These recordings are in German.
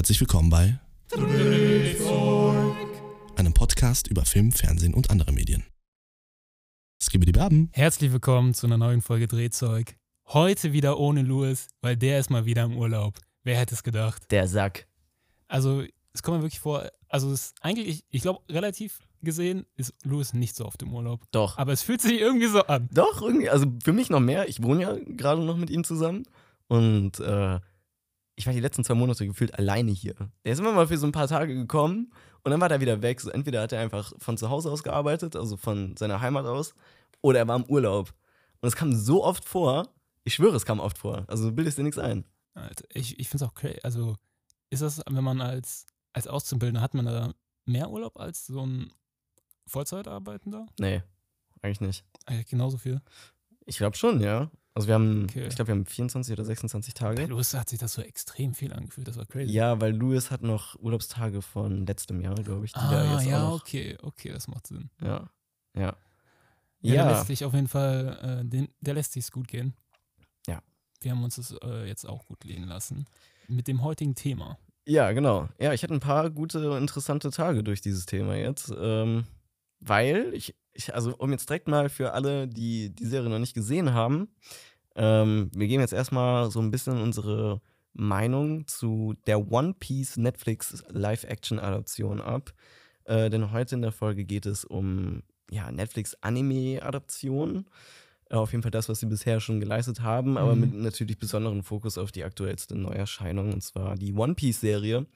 Herzlich willkommen bei einem Podcast über Film, Fernsehen und andere Medien. Skibidi-Baben. Herzlich willkommen zu einer neuen Folge Drehzeug. Heute wieder ohne Louis, weil der ist mal wieder im Urlaub. Wer hätte es gedacht? Der Sack. Also, es kommt mir wirklich vor, also es ist eigentlich, ich glaube, relativ gesehen ist Louis nicht so oft im Urlaub. Doch. Aber es fühlt sich irgendwie so an. Doch, irgendwie. Also für mich noch mehr. Ich wohne ja gerade noch mit ihm zusammen. Und ich war die letzten 2 Monate gefühlt alleine hier. Der ist immer mal für so ein paar Tage gekommen und dann war er wieder weg. So, entweder hat er einfach von zu Hause aus gearbeitet, also von seiner Heimat aus, oder er war im Urlaub. Und es kam so oft vor. Ich schwöre, es kam oft vor. Also du bildest dir nichts ein. Alter, ich finde es auch crazy. Also, ist das, wenn man als Auszubildender, hat man da mehr Urlaub als so ein Vollzeitarbeitender? Nee, eigentlich nicht. Eigentlich genauso viel. Ich glaube schon, ja. Also wir haben, Okay. ich glaube, wir haben 24 oder 26 Bei Tage. Louis hat sich das so extrem viel angefühlt. Das war crazy. Ja, weil Louis hat noch Urlaubstage von letztem Jahr, glaube ich, die da jetzt ja, auch noch. okay, das macht Sinn. Ja. Ja. Ja, der lässt sich auf jeden Fall, der lässt sich's gut gehen. Ja. Wir haben uns das jetzt auch gut gehen lassen. Mit dem heutigen Thema. Ja, genau. Ja, ich hatte ein paar gute, interessante Tage durch dieses Thema jetzt. Weil also um jetzt direkt mal für alle, die die Serie noch nicht gesehen haben, wir geben jetzt erstmal so ein bisschen unsere Meinung zu der One Piece Netflix Live-Action-Adaption ab. Denn heute in der Folge geht es um Netflix-Anime-Adaption. Auf jeden Fall das, was sie bisher schon geleistet haben, aber mit natürlich besonderen Fokus auf die aktuellste Neuerscheinung, und zwar die One Piece-Serie.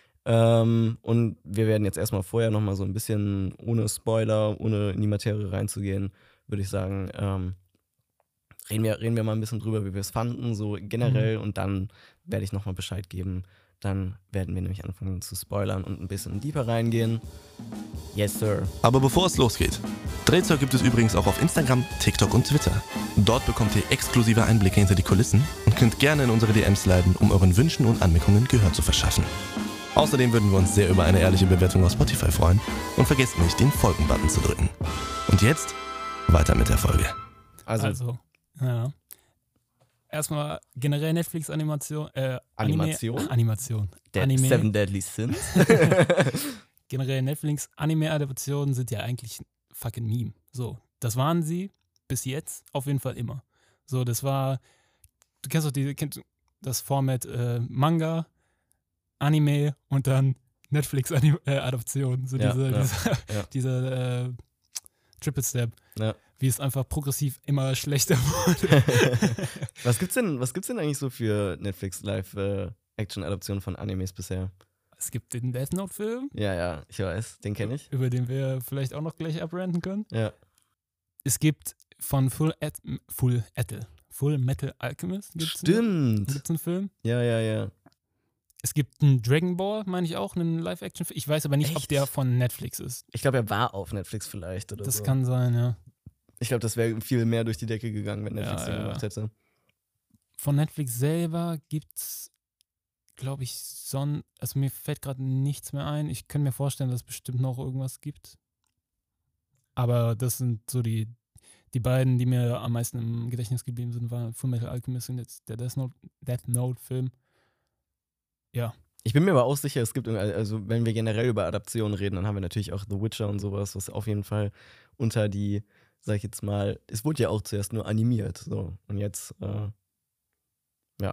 Und wir werden jetzt erstmal vorher nochmal so ein bisschen ohne Spoiler, ohne in die Materie reinzugehen, würde ich sagen, reden wir mal ein bisschen drüber, wie wir es fanden, so generell, und dann werde ich nochmal Bescheid geben. Dann werden wir nämlich anfangen zu spoilern und ein bisschen deeper reingehen. Yes, sir. Aber bevor es losgeht, Drehzeug gibt es übrigens auch auf Instagram, TikTok und Twitter. Dort bekommt ihr exklusive Einblicke hinter die Kulissen und könnt gerne in unsere DMs sliden, um euren Wünschen und Anmerkungen Gehör zu verschaffen. Außerdem würden wir uns sehr über eine ehrliche Bewertung auf Spotify freuen und vergesst nicht, den Folgen-Button zu drücken. Und jetzt weiter mit der Folge. Also, ja. Erstmal generell Netflix-Animation. Animation? Animation. Anime. Seven Deadly Sins. Generell Netflix-Anime-Adaptionen sind ja eigentlich fucking Meme. So, das waren sie bis jetzt auf jeden Fall immer. So, das war, du kennst doch das Format Manga, Anime und dann Netflix-Adaption. So dieser Triple Step. Ja. Wie es einfach progressiv immer schlechter wurde. Was gibt's denn eigentlich so für Netflix Live-Action-Adaptionen von Animes bisher? Es gibt den Death Note-Film. Ja, ich weiß, den kenne ich. Über den wir vielleicht auch noch gleich abranden können. Ja. Es gibt von Full Metal Alchemist. Gibt's einen Film. Ja. Es gibt einen Dragon Ball, meine ich auch, einen Live-Action-Film. Ich weiß aber nicht, ob der von Netflix ist. Ich glaube, er war auf Netflix vielleicht oder Das so. kann sein, ja. Ich glaube, das wäre viel mehr durch die Decke gegangen, wenn Netflix den gemacht hätte. Von Netflix selber gibt's, glaube ich, also mir fällt gerade nichts mehr ein. Ich kann mir vorstellen, dass es bestimmt noch irgendwas gibt. Aber das sind so die beiden, die mir am meisten im Gedächtnis geblieben sind, waren Full Metal Alchemist und jetzt der Death Note-Film. Ja. Ich bin mir aber auch sicher, es gibt, also wenn wir generell über Adaptionen reden, dann haben wir natürlich auch The Witcher und sowas, was auf jeden Fall unter die, sag ich jetzt mal, es wurde ja auch zuerst nur animiert, so. Und jetzt, Ja,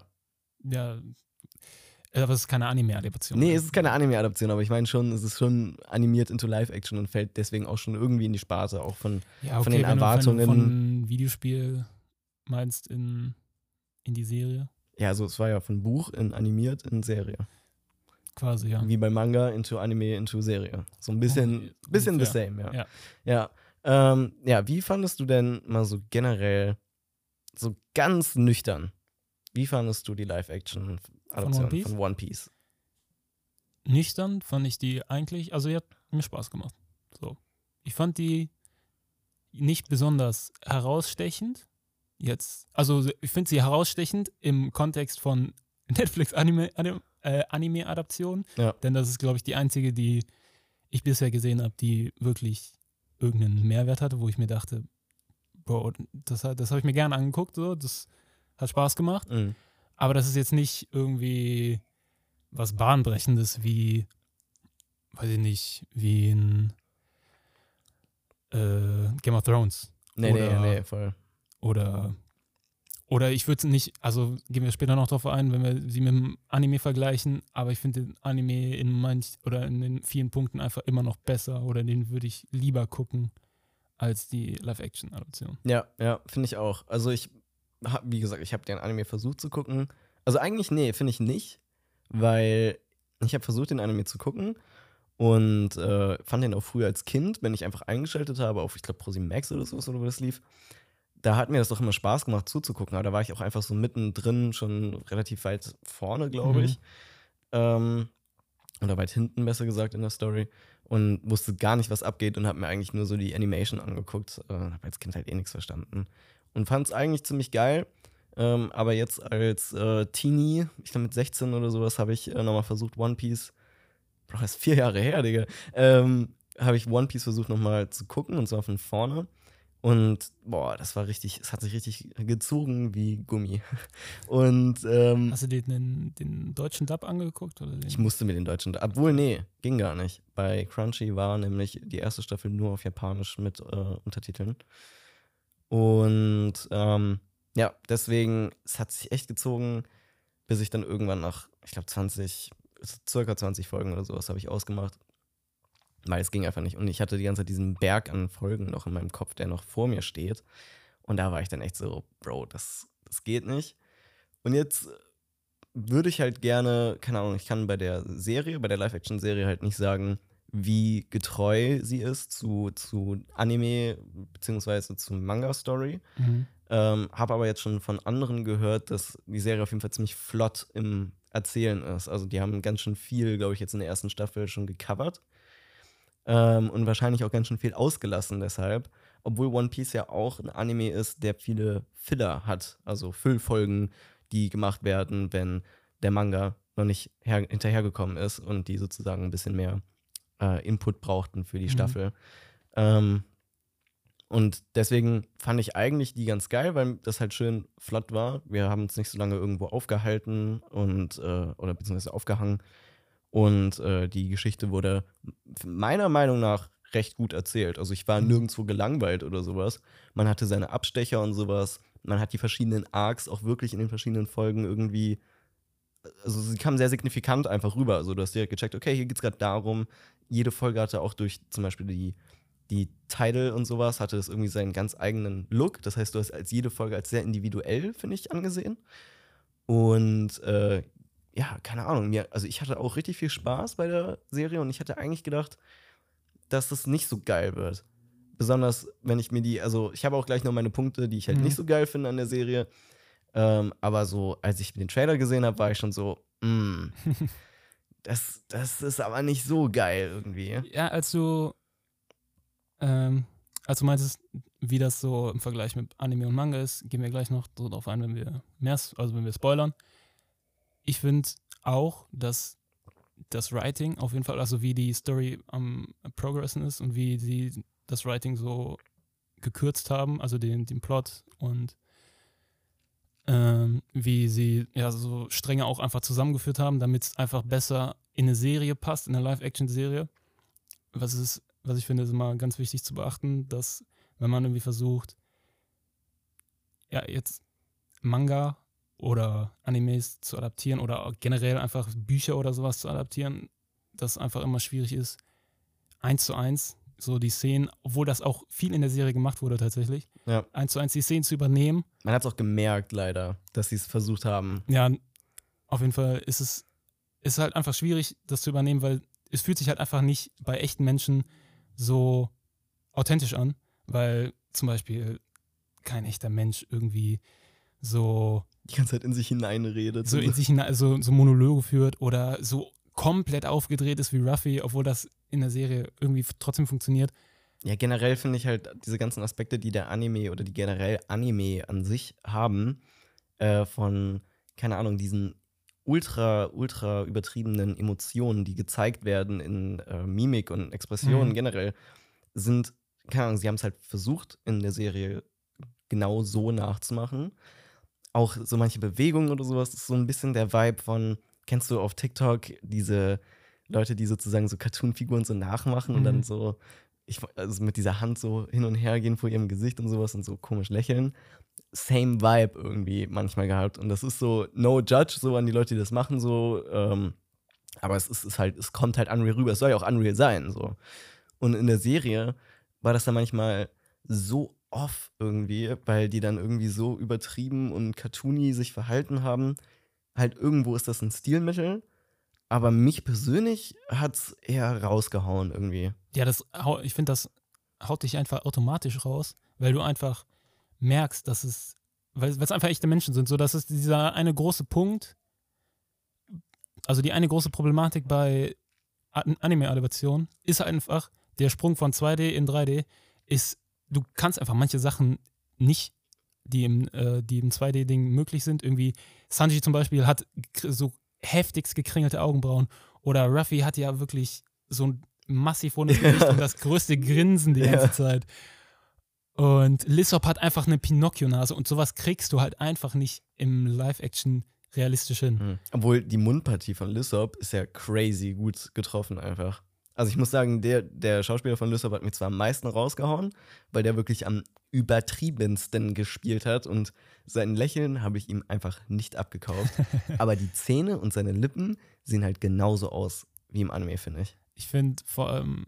aber es ist keine Anime-Adaption. Nee, es ist keine Anime-Adaption, aber ich meine schon, es ist schon animiert into Live-Action und fällt deswegen auch schon irgendwie in die Sparte, auch von den Erwartungen. Wenn du von Videospiel meinst in die Serie? Ja, also es war ja von Buch in animiert in Serie. Quasi, ja. Wie bei Manga into Anime into Serie. So ein bisschen the same, ja. Ja, wie fandest du denn mal so generell, so ganz nüchtern, wie fandest du die Live-Action-Adaption von One Piece? Nüchtern fand ich die eigentlich, also die hat mir Spaß gemacht. So. Ich fand die nicht besonders herausstechend. Jetzt, also ich finde sie herausstechend im Kontext von Netflix Anime-Adaption, denn das ist, glaube ich, die einzige, die ich bisher gesehen habe, die wirklich irgendeinen Mehrwert hatte, wo ich mir dachte, Bro, das habe ich mir gerne angeguckt, so, das hat Spaß gemacht, aber das ist jetzt nicht irgendwie was Bahnbrechendes wie, weiß ich nicht, wie ein Game of Thrones. Nee, voll. Oder ich würde es nicht, also gehen wir später noch drauf ein, wenn wir sie mit dem Anime vergleichen, aber ich finde den Anime in den vielen Punkten einfach immer noch besser oder den würde ich lieber gucken als die Live-Action-Adaption. Ja, finde ich auch. Also wie gesagt, ich habe den Anime versucht zu gucken. Also eigentlich, nee, finde ich nicht, weil ich habe versucht, den Anime zu gucken und fand den auch früher als Kind, wenn ich einfach eingeschaltet habe auf, ich glaube, ProSieben Max oder sowas, oder wo das lief. Da hat mir das doch immer Spaß gemacht zuzugucken, aber da war ich auch einfach so mittendrin, schon relativ weit vorne, glaube ich. Oder weit hinten, besser gesagt, in der Story. Und wusste gar nicht, was abgeht und habe mir eigentlich nur so die Animation angeguckt. Habe als Kind halt nichts verstanden. Und fand es eigentlich ziemlich geil. Aber jetzt als Teenie, ich glaube mit 16 oder sowas, habe ich nochmal versucht, One Piece, Bro, das ist 4 Jahre her, Digga, habe ich One Piece versucht nochmal zu gucken, und zwar von vorne. Und boah, es hat sich richtig gezogen wie Gummi. Und hast du dir den deutschen Dub angeguckt? Oder ich musste mir den deutschen Dub, obwohl, nee, ging gar nicht. Bei Crunchy war nämlich die erste Staffel nur auf Japanisch mit Untertiteln. Und ja, deswegen, es hat sich echt gezogen, bis ich dann irgendwann nach, ich glaube, circa 20 Folgen oder sowas habe ich ausgemacht. Weil es ging einfach nicht. Und ich hatte die ganze Zeit diesen Berg an Folgen noch in meinem Kopf, der noch vor mir steht. Und da war ich dann echt so, Bro, das geht nicht. Und jetzt würde ich halt gerne, keine Ahnung, ich kann bei der Live-Action-Serie halt nicht sagen, wie getreu sie ist zu Anime beziehungsweise zu Manga-Story. Habe aber jetzt schon von anderen gehört, dass die Serie auf jeden Fall ziemlich flott im Erzählen ist. Also die haben ganz schön viel, glaube ich, jetzt in der ersten Staffel schon gecovert. Und wahrscheinlich auch ganz schön viel ausgelassen deshalb. Obwohl One Piece ja auch ein Anime ist, der viele Filler hat. Also Füllfolgen, die gemacht werden, wenn der Manga noch nicht hinterhergekommen ist und die sozusagen ein bisschen mehr Input brauchten für die Staffel. Und deswegen fand ich eigentlich die ganz geil, weil das halt schön flott war. Wir haben uns nicht so lange irgendwo aufgehalten oder beziehungsweise aufgehangen. Und die Geschichte wurde meiner Meinung nach recht gut erzählt. Also ich war nirgendwo gelangweilt oder sowas. Man hatte seine Abstecher und sowas. Man hat die verschiedenen Arcs auch wirklich in den verschiedenen Folgen irgendwie, also sie kamen sehr signifikant einfach rüber. Also du hast direkt gecheckt, okay, hier geht's gerade darum. Jede Folge hatte auch durch zum Beispiel die Title und sowas, hatte es irgendwie seinen ganz eigenen Look. Das heißt, du hast jede Folge als sehr individuell, finde ich, angesehen. Und ja, keine Ahnung, also ich hatte auch richtig viel Spaß bei der Serie und ich hatte eigentlich gedacht, dass das nicht so geil wird. Besonders, wenn ich mir also ich habe auch gleich noch meine Punkte, die ich halt nicht so geil finde an der Serie. Aber so, als ich den Trailer gesehen habe, war ich schon so, das ist aber nicht so geil irgendwie. Ja, als du meintest, wie das so im Vergleich mit Anime und Manga ist, gehen wir gleich noch so drauf ein, wenn wir spoilern. Ich finde auch, dass das Writing auf jeden Fall, also wie die Story am Progressen ist und wie sie das Writing so gekürzt haben, also den Plot und wie sie ja so Stränge auch einfach zusammengeführt haben, damit es einfach besser in eine Serie passt, in eine Live-Action-Serie. Was ich finde, ist immer ganz wichtig zu beachten, dass wenn man irgendwie versucht, ja, jetzt Manga oder Animes zu adaptieren oder generell einfach Bücher oder sowas zu adaptieren, dass einfach immer schwierig ist, 1:1 so die Szenen, obwohl das auch viel in der Serie gemacht wurde tatsächlich, 1:1 die Szenen zu übernehmen. Man hat es auch gemerkt leider, dass sie es versucht haben. Ja, auf jeden Fall ist es halt einfach schwierig, das zu übernehmen, weil es fühlt sich halt einfach nicht bei echten Menschen so authentisch an, weil zum Beispiel kein echter Mensch irgendwie so die ganze Zeit in sich hineinredet. So in sich hinein, so Monologe führt oder so komplett aufgedreht ist wie Ruffy, obwohl das in der Serie irgendwie trotzdem funktioniert. Ja, generell finde ich halt diese ganzen Aspekte, die der Anime oder die generell Anime an sich haben, von, keine Ahnung, diesen ultra übertriebenen Emotionen, die gezeigt werden in Mimik und Expressionen generell, sind, keine Ahnung, sie haben es halt versucht, in der Serie genau so nachzumachen. Auch so manche Bewegungen oder sowas, ist so ein bisschen der Vibe von, kennst du auf TikTok diese Leute, die sozusagen so Cartoon-Figuren so nachmachen und dann so also mit dieser Hand so hin und her gehen vor ihrem Gesicht und sowas und so komisch lächeln. Same Vibe irgendwie manchmal gehabt. Und das ist so no judge so an die Leute, die das machen, so. Aber es kommt halt Unreal rüber. Es soll ja auch Unreal sein, so. Und in der Serie war das dann manchmal so off irgendwie, weil die dann irgendwie so übertrieben und cartoony sich verhalten haben. Halt irgendwo ist das ein Stilmittel, aber mich persönlich hat's eher rausgehauen irgendwie. Ja, ich finde, das haut dich einfach automatisch raus, weil du einfach merkst, dass weil es einfach echte Menschen sind. So, das ist dieser eine große Punkt, also die eine große Problematik bei Anime-Adaptionen ist einfach, der Sprung von 2D in 3D ist, du kannst einfach manche Sachen nicht, die im 2D-Ding möglich sind. Irgendwie, Sanji zum Beispiel hat so heftigst gekringelte Augenbrauen oder Ruffy hat ja wirklich so ein massiv rundes Gesicht und das größte Grinsen die ganze Zeit. Und Lysop hat einfach eine Pinocchio-Nase und sowas kriegst du halt einfach nicht im Live-Action realistisch hin. Obwohl die Mundpartie von Lysop ist ja crazy gut getroffen einfach. Also ich muss sagen, der Schauspieler von Lysop hat mich zwar am meisten rausgehauen, weil der wirklich am übertriebensten gespielt hat und sein Lächeln habe ich ihm einfach nicht abgekauft. Aber die Zähne und seine Lippen sehen halt genauso aus wie im Anime, finde ich. Ich finde vor allem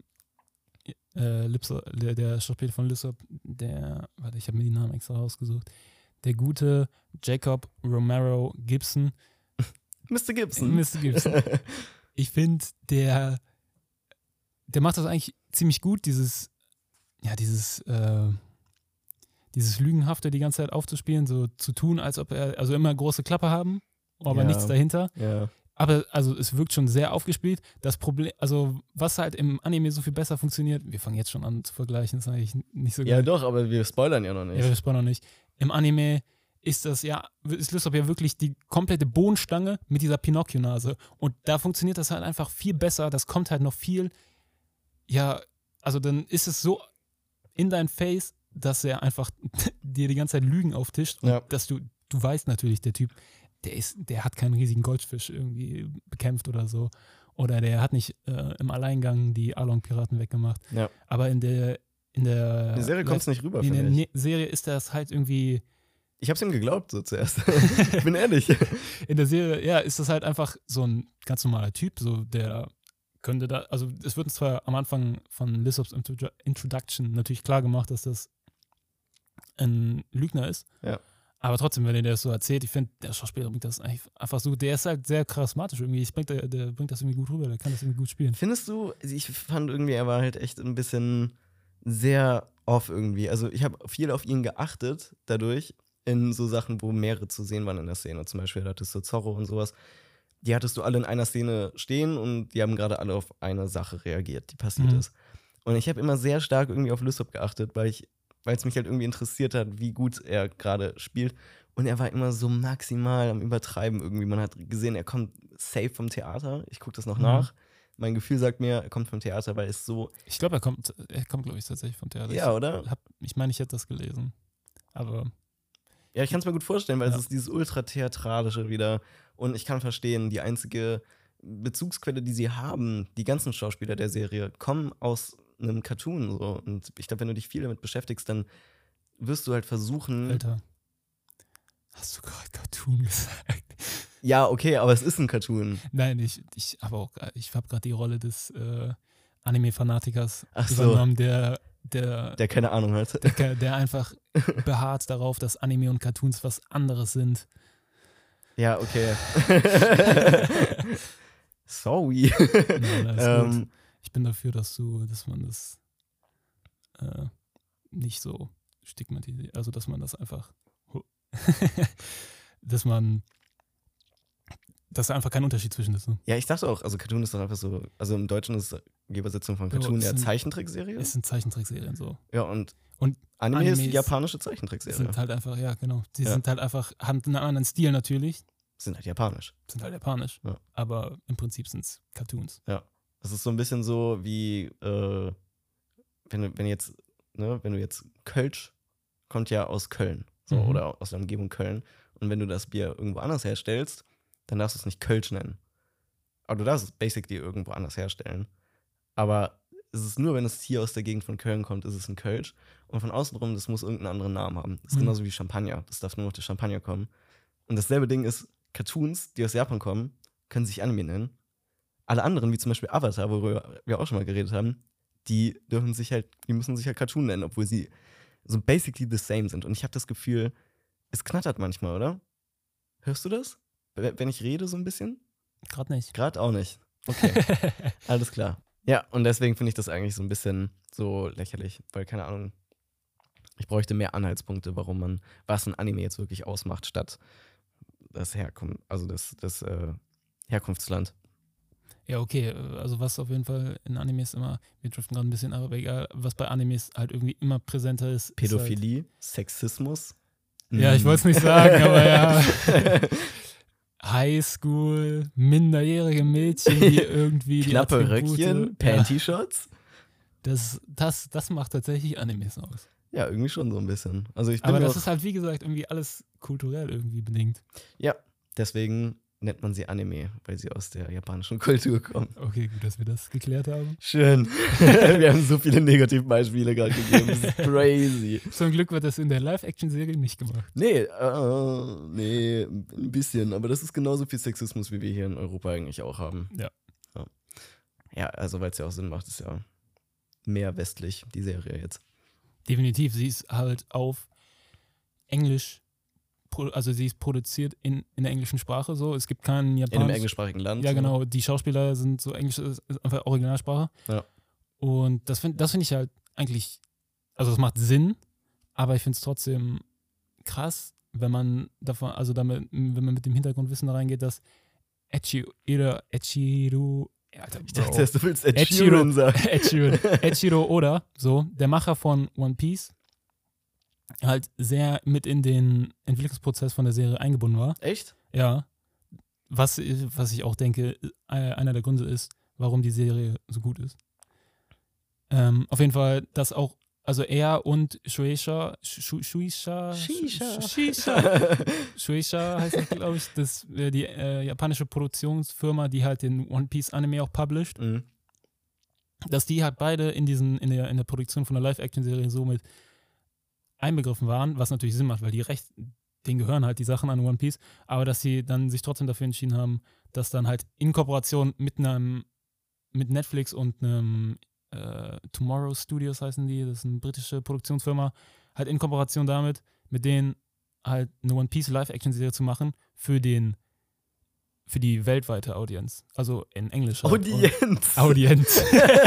der Schauspieler von Lysop, warte, ich habe mir die Namen extra rausgesucht, der gute Jacob Romero Gibson. Mr. Gibson. Mr. Gibson. Ich finde, der macht das eigentlich ziemlich gut, dieses Lügenhafte die ganze Zeit aufzuspielen, so zu tun, als ob also immer große Klappe haben, aber nichts dahinter. Ja. Aber also es wirkt schon sehr aufgespielt. Das Problem, also was halt im Anime so viel besser funktioniert, wir fangen jetzt schon an zu vergleichen, das ist eigentlich nicht so geil. Ja doch, aber wir spoilern ja noch nicht. Ja, wir spoilern noch nicht. Im Anime ist Lysop ja wirklich die komplette Bohnenstange mit dieser Pinocchio-Nase. Und da funktioniert das halt einfach viel besser. Das kommt halt noch viel, also dann ist es so in dein Face, dass er einfach dir die ganze Zeit Lügen auftischt. Und dass du weißt natürlich, der Typ, der hat keinen riesigen Goldfisch irgendwie bekämpft oder so. Oder der hat nicht im Alleingang die Along-Piraten weggemacht. Ja. Aber in der Serie kommt es nicht rüber, in der Serie ist das halt irgendwie. Ich hab's ihm geglaubt, so zuerst. Ich bin ehrlich. In der Serie, ist das halt einfach so ein ganz normaler Typ, so der könnte da, also es wird uns zwar am Anfang von Lysops Introduction natürlich klar gemacht, dass das ein Lügner ist. Ja. Aber trotzdem, wenn er das so erzählt, ich finde, der Schauspieler bringt das einfach so, der ist halt sehr charismatisch irgendwie. Der bringt das irgendwie gut rüber, der kann das irgendwie gut spielen. Findest du, ich fand irgendwie, er war halt echt ein bisschen sehr off irgendwie. Also ich habe viel auf ihn geachtet dadurch, in so Sachen, wo mehrere zu sehen waren in der Szene. Zum Beispiel hattest du Zorro und sowas. Die hattest du alle in einer Szene stehen und die haben gerade alle auf eine Sache reagiert, die passiert ist. Und ich habe immer sehr stark irgendwie auf Lysop geachtet, weil es mich halt irgendwie interessiert hat, wie gut er gerade spielt. Und er war immer so maximal am Übertreiben irgendwie. Man hat gesehen, er kommt safe vom Theater. Ich gucke das noch nach. Mein Gefühl sagt mir, er kommt vom Theater, weil es so. Ich glaube, er kommt, glaube ich, tatsächlich vom Theater. Ja, oder? Ich meine, ich hätte das gelesen. Aber. Ja, ich kann es mir gut vorstellen, weil es ist dieses Ultra-Theatralische wieder. Und ich kann verstehen, die einzige Bezugsquelle, die sie haben, die ganzen Schauspieler der Serie, kommen aus einem Cartoon. So. Und ich glaube, wenn du dich viel damit beschäftigst, dann wirst du halt versuchen. Alter, hast du gerade Cartoon gesagt? Ja, okay, aber es ist ein Cartoon. Nein, ich habe gerade die Rolle des Anime-Fanatikers übernommen, der keine Ahnung hat. Der einfach beharrt darauf, dass Anime und Cartoons was anderes sind. Ja, okay. Sorry. Nein, gut. Ich bin dafür, dass man das nicht so stigmatisiert, also dass man das einfach dass da einfach kein Unterschied zwischen ist. Ne? Ja, ich dachte auch, also Cartoon ist doch einfach so, also im Deutschen ist die Übersetzung von Cartoon ja Zeichentrickserie. Es sind Zeichentrickserien so. Ja, und Anime ist die japanische Zeichentrickserie. Sind halt einfach, ja genau, sind halt einfach, haben einen anderen Stil natürlich. Sind halt japanisch. Ja. Aber im Prinzip sind es Cartoons. Ja, das ist so ein bisschen so wie, wenn du jetzt Kölsch kommt ja aus Köln, oder aus der Umgebung Köln. Und wenn du das Bier irgendwo anders herstellst, dann darfst du es nicht Kölsch nennen, Aber du darfst es basically irgendwo anders herstellen. Aber es ist nur, wenn es hier aus der Gegend von Köln kommt, ist es ein Kölsch. Und von außen rum, das muss irgendeinen anderen Namen haben. Das ist genauso wie Champagner. Das darf nur noch der Champagner kommen. Und dasselbe Ding ist, Cartoons, die aus Japan kommen, können sich Anime nennen. Alle anderen, wie zum Beispiel Avatar, worüber wir auch schon mal geredet haben, die müssen sich halt Cartoon nennen, obwohl sie so basically the same sind. Und ich habe das Gefühl, es knattert manchmal, oder? Hörst du das? Wenn ich rede so ein bisschen? Gerade nicht. Gerade auch nicht. Okay, alles klar. Ja, und deswegen finde ich das eigentlich so ein bisschen so lächerlich, weil, keine Ahnung, ich bräuchte mehr Anhaltspunkte, was ein Anime jetzt wirklich ausmacht, statt das Herkunftsland. Ja, okay, also was auf jeden Fall in Animes immer, wir driften gerade ein bisschen ab, aber egal, was bei Animes halt irgendwie immer präsenter ist. Pädophilie, ist halt, Sexismus. Ja, ich wollte es nicht sagen, aber ja. Highschool, minderjährige Mädchen, die irgendwie knappe Röckchen, Panty-Shots. Das macht tatsächlich Animes aus. Ja, irgendwie schon so ein bisschen. Also aber das ist halt, wie gesagt, irgendwie alles kulturell irgendwie bedingt. Ja, deswegen nennt man sie Anime, weil sie aus der japanischen Kultur kommen. Okay, gut, dass wir das geklärt haben. Schön. Wir haben so viele Negativbeispiele gerade gegeben. Das ist crazy. Zum Glück wird das in der Live-Action-Serie nicht gemacht. Nee, ein bisschen. Aber das ist genauso viel Sexismus, wie wir hier in Europa eigentlich auch haben. Ja, also weil es ja auch Sinn macht, ist ja mehr westlich, die Serie jetzt. Definitiv, sie ist halt auf Englisch, also sie ist produziert in der englischen Sprache so. Es gibt keinen Japanisch. In einem englischsprachigen Land. Ja, genau. Die Schauspieler sind so Englisch, ist einfach Originalsprache. Ja. Und das find ich halt eigentlich, also es macht Sinn, aber ich finde es trotzdem krass, wenn man wenn man mit dem Hintergrundwissen da reingeht, dass Eiichiro, ich dachte erst, du willst Ed Sheeran sagen. Eiichiro Oda, so, der Macher von One Piece, halt sehr mit in den Entwicklungsprozess von der Serie eingebunden war. Echt? Ja. Was ich auch denke, einer der Gründe ist, warum die Serie so gut ist. Auf jeden Fall, dass auch, also er und Shueisha heißt das, glaube ich, das die japanische Produktionsfirma, die halt den One Piece Anime auch published, dass die halt beide in der Produktion von der Live-Action-Serie so mit einbegriffen waren, was natürlich Sinn macht, weil denen gehören halt die Sachen an One Piece, aber dass sie dann sich trotzdem dafür entschieden haben, dass dann halt in Kooperation mit Netflix und einem Tomorrow Studios heißen die, das ist eine britische Produktionsfirma, halt in Kooperation damit, mit denen halt eine One Piece Live-Action-Serie zu machen für die weltweite Audienz. Also in Englisch. Halt. Audienz.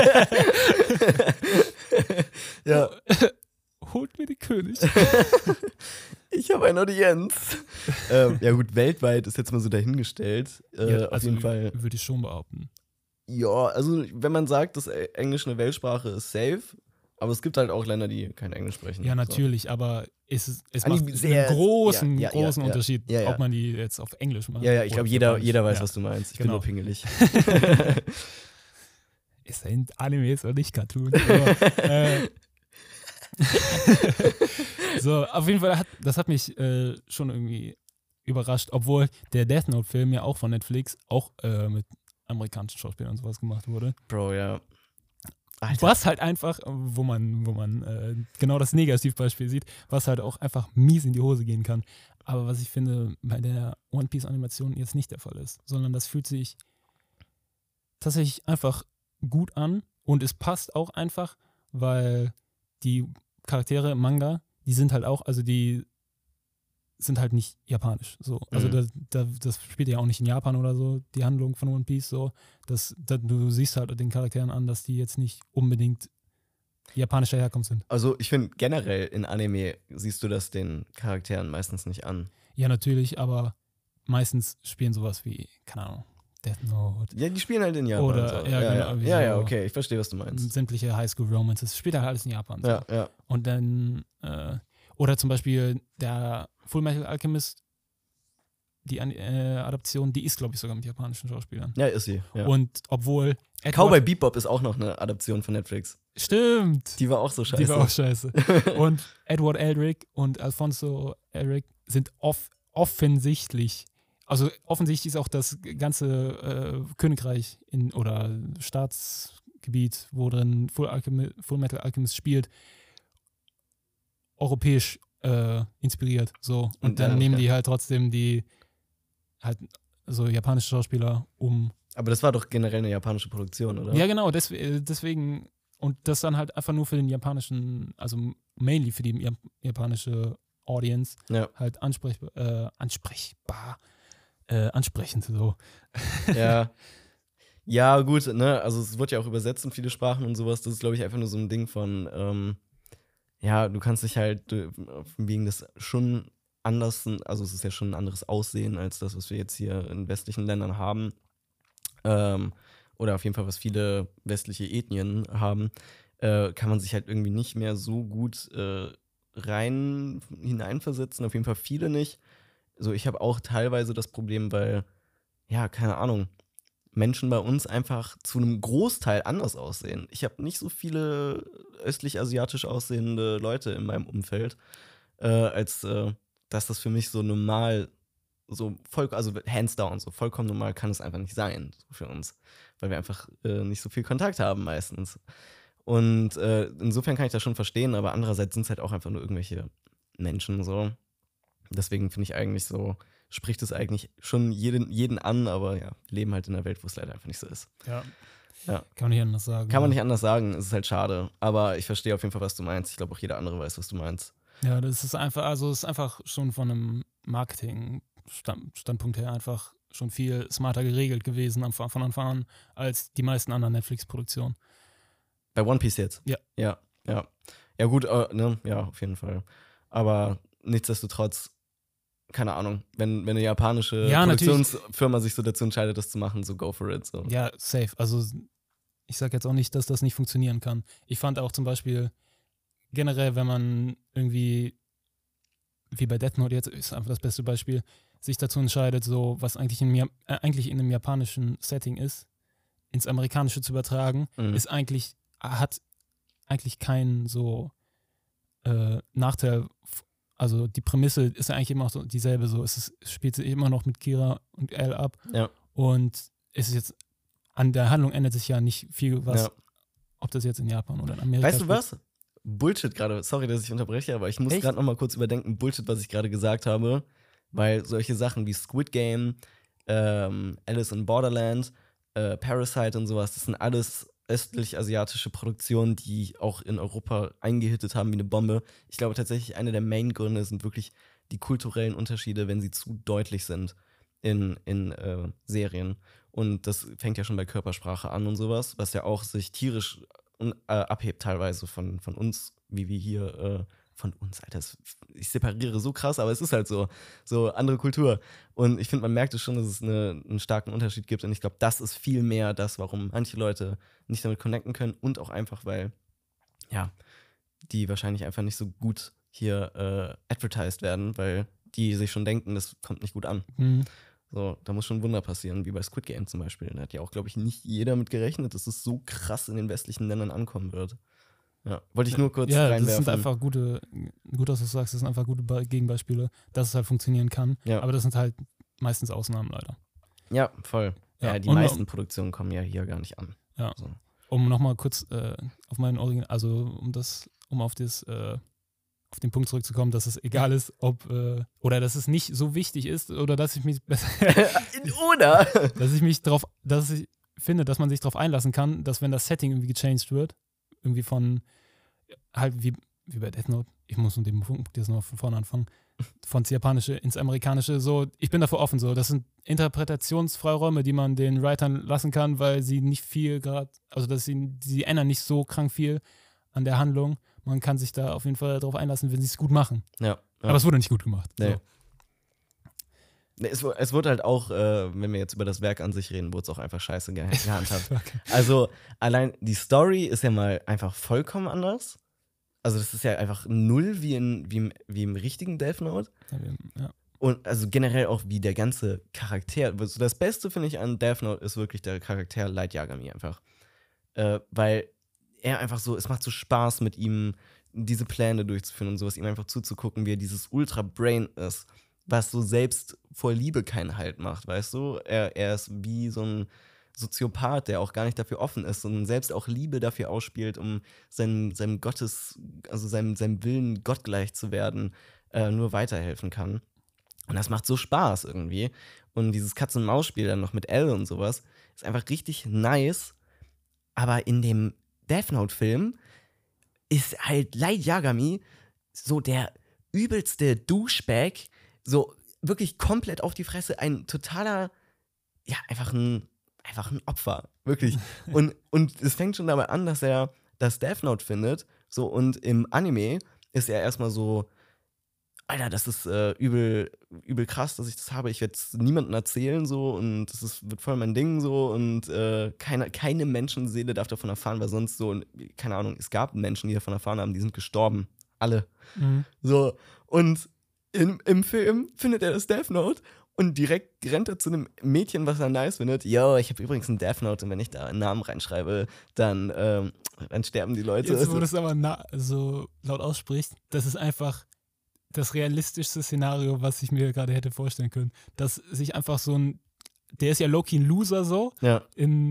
Ja. Holt mir die König. Ich habe eine Audienz. Ja gut, weltweit ist jetzt mal so dahingestellt. Auf jeden Fall. Würde ich schon behaupten. Ja, also wenn man sagt, dass Englisch eine Weltsprache ist, safe. Aber es gibt halt auch Länder, die kein Englisch sprechen. Ja, natürlich, so. Aber es macht einen großen Unterschied, ja. ob man die jetzt auf Englisch macht. Ja, ich glaube, jeder weiß, was du meinst. Ich bin nur pingelig. Es sind Animes und nicht Cartoons. So, auf jeden Fall, das hat mich schon irgendwie überrascht, obwohl der Death Note-Film ja auch von Netflix auch mit amerikanischen Schauspielern und sowas gemacht wurde. Bro, ja. Alter. Was halt einfach, wo man genau das Negativbeispiel sieht, was halt auch einfach mies in die Hose gehen kann. Aber was ich finde, bei der One Piece Animation jetzt nicht der Fall ist, sondern das fühlt sich tatsächlich einfach gut an und es passt auch einfach, weil die Charaktere im Manga, die sind halt auch, also die sind halt nicht japanisch. So. Also das spielt ja auch nicht in Japan oder so, die Handlung von One Piece. So. Du siehst halt den Charakteren an, dass die jetzt nicht unbedingt japanischer Herkunft sind. Also ich finde generell in Anime siehst du das den Charakteren meistens nicht an. Ja, natürlich, aber meistens spielen sowas wie, keine Ahnung, Death Note. Ja, die spielen halt in Japan. Oder, so. Ja, okay, ich verstehe, was du meinst. Sämtliche Highschool-Romances, spielt halt alles in Japan. So. Ja. Und dann, oder zum Beispiel der Fullmetal Alchemist, die Adaption, die ist, glaube ich, sogar mit japanischen Schauspielern. Ja, ist sie. Ja. Und obwohl Cowboy Bebop ist auch noch eine Adaption von Netflix. Stimmt. Die war auch so scheiße. Und Edward Elric und Alfonso Elric sind offensichtlich Also offensichtlich ist auch das ganze Königreich oder Staatsgebiet, wo drin Full Metal Alchemist spielt, europäisch inspiriert. So. Und dann nehmen die halt trotzdem die halt so japanische Schauspieler um. Aber das war doch generell eine japanische Produktion, oder? Ja, genau, deswegen. Und das dann halt einfach nur für den japanischen, also mainly für die japanische Audience halt ansprechend so. Ja. Ja, gut, ne, also es wird ja auch übersetzt in viele Sprachen und sowas. Das ist, glaube ich, einfach nur so ein Ding von, ja, du kannst dich halt wegen des schon anders, also es ist ja schon ein anderes Aussehen als das, was wir jetzt hier in westlichen Ländern haben. Oder auf jeden Fall, was viele westliche Ethnien haben, kann man sich halt irgendwie nicht mehr so gut hineinversetzen. Auf jeden Fall viele nicht. So, ich habe auch teilweise das Problem, weil, ja, keine Ahnung, Menschen bei uns einfach zu einem Großteil anders aussehen. Ich habe nicht so viele östlich-asiatisch aussehende Leute in meinem Umfeld, als dass das für mich so normal, also hands down, so vollkommen normal kann es einfach nicht sein, so für uns. Weil wir einfach nicht so viel Kontakt haben meistens. Und insofern kann ich das schon verstehen, aber andererseits sind es halt auch einfach nur irgendwelche Menschen so. Deswegen finde ich eigentlich so, spricht es eigentlich schon jeden an, aber ja, wir leben halt in einer Welt, wo es leider einfach nicht so ist. Ja. Ja. Kann man nicht anders sagen. Kann man nicht anders sagen, es ist halt schade. Aber ich verstehe auf jeden Fall, was du meinst. Ich glaube, auch jeder andere weiß, was du meinst. Ja, das ist einfach, also es ist einfach schon von einem Marketing-Standpunkt her einfach schon viel smarter geregelt gewesen von Anfang an als die meisten anderen Netflix-Produktionen. Bei One Piece jetzt? Ja. Ja gut, ne? Ja, auf jeden Fall. Aber nichtsdestotrotz, keine Ahnung, wenn eine japanische Produktionsfirma sich so dazu entscheidet, das zu machen, so go for it. So. Ja, safe. Also ich sage jetzt auch nicht, dass das nicht funktionieren kann. Ich fand auch zum Beispiel generell, wenn man irgendwie, wie bei Death Note jetzt, ist einfach das beste Beispiel, sich dazu entscheidet, so was eigentlich in einem japanischen Setting ist, ins Amerikanische zu übertragen, hat eigentlich keinen so Nachteil. Also die Prämisse ist ja eigentlich immer noch so dieselbe. So. Es spielt sich immer noch mit Kira und L ab. Ja. Und es ist jetzt, an der Handlung ändert sich ja nicht viel was, ob das jetzt in Japan oder in Amerika Weißt du was? Bullshit gerade. Sorry, dass ich unterbreche, aber ich muss gerade noch mal kurz überdenken. Bullshit, was ich gerade gesagt habe. Weil solche Sachen wie Squid Game, Alice in Borderland, Parasite und sowas, das sind alles östlich-asiatische Produktionen, die auch in Europa eingehittet haben wie eine Bombe. Ich glaube tatsächlich, einer der Main-Gründe sind wirklich die kulturellen Unterschiede, wenn sie zu deutlich sind in Serien. Und das fängt ja schon bei Körpersprache an und sowas, was ja auch sich tierisch abhebt teilweise von uns, wie wir hier von uns, Alter, ich separiere so krass, aber es ist halt so andere Kultur. Und ich finde, man merkt es schon, dass es einen starken Unterschied gibt. Und ich glaube, das ist viel mehr das, warum manche Leute nicht damit connecten können. Und auch einfach, weil, ja, die wahrscheinlich einfach nicht so gut hier advertised werden, weil die sich schon denken, das kommt nicht gut an. Mhm. So, da muss schon ein Wunder passieren, wie bei Squid Game zum Beispiel. Da hat ja auch, glaube ich, nicht jeder mit gerechnet, dass es so krass in den westlichen Ländern ankommen wird. Ja, wollte ich nur kurz reinwerfen. Das sind einfach gut, dass du sagst, das sind einfach gute Gegenbeispiele, dass es halt funktionieren kann. Ja. Aber das sind halt meistens Ausnahmen leider. Ja, voll. Ja, die meisten Produktionen kommen ja hier gar nicht an. Ja. So. Um nochmal kurz auf meinen Original, also auf den Punkt zurückzukommen, dass es egal ist, oder dass es nicht so wichtig ist, oder dass ich mich dass ich finde, dass man sich darauf einlassen kann, dass wenn das Setting irgendwie gechanged wird, irgendwie von halt wie bei Death Note, ich muss mit dem Punkt jetzt noch von vorne anfangen, von ins Japanische ins Amerikanische, so, ich bin dafür offen, so, das sind Interpretationsfreiräume, die man den Writern lassen kann, weil sie nicht viel gerade, also dass sie ändern nicht so krank viel an der Handlung. Man kann sich da auf jeden Fall darauf einlassen, wenn sie es gut machen. Ja. Aber es wurde nicht gut gemacht. Nee. So. Es wurde halt auch, wenn wir jetzt über das Werk an sich reden, wurde es auch einfach scheiße gehandhabt. Okay. Also allein die Story ist ja mal einfach vollkommen anders. Also das ist ja einfach null wie im richtigen Death Note. Ja. Und also generell auch wie der ganze Charakter. Also das Beste, finde ich, an Death Note ist wirklich der Charakter Light Yagami einfach. Weil er einfach so, es macht so Spaß mit ihm, diese Pläne durchzuführen und sowas, ihm einfach zuzugucken, wie er dieses Ultra-Brain ist, was so selbst vor Liebe keinen Halt macht, weißt du? Er ist wie so ein Soziopath, der auch gar nicht dafür offen ist und selbst auch Liebe dafür ausspielt, um seinem Willen gottgleich zu werden, nur weiterhelfen kann. Und das macht so Spaß irgendwie. Und dieses Katz-und-Maus-Spiel dann noch mit Elle und sowas ist einfach richtig nice. Aber in dem Death Note-Film ist halt Light Yagami so der übelste Douchebag, so wirklich komplett auf die Fresse, ein totaler, ja, einfach ein Opfer, wirklich. Und es fängt schon dabei an, dass er das Death Note findet, so, und im Anime ist er erstmal so, Alter, das ist übel krass, dass ich das habe. Ich werde es niemandem erzählen, so, und wird voll mein Ding, so, und keine Menschenseele darf davon erfahren, weil sonst so, keine Ahnung, es gab Menschen, die davon erfahren haben, die sind gestorben. Alle. Mhm. So, und im Film findet er das Death Note und direkt rennt er zu einem Mädchen, was er nice findet. Yo, ich habe übrigens ein Death Note und wenn ich da einen Namen reinschreibe, dann sterben die Leute. Jetzt, wo du es aber so laut aussprichst, das ist einfach das realistischste Szenario, was ich mir gerade hätte vorstellen können. Dass sich einfach so der ist ja low-key ein Loser so, ja.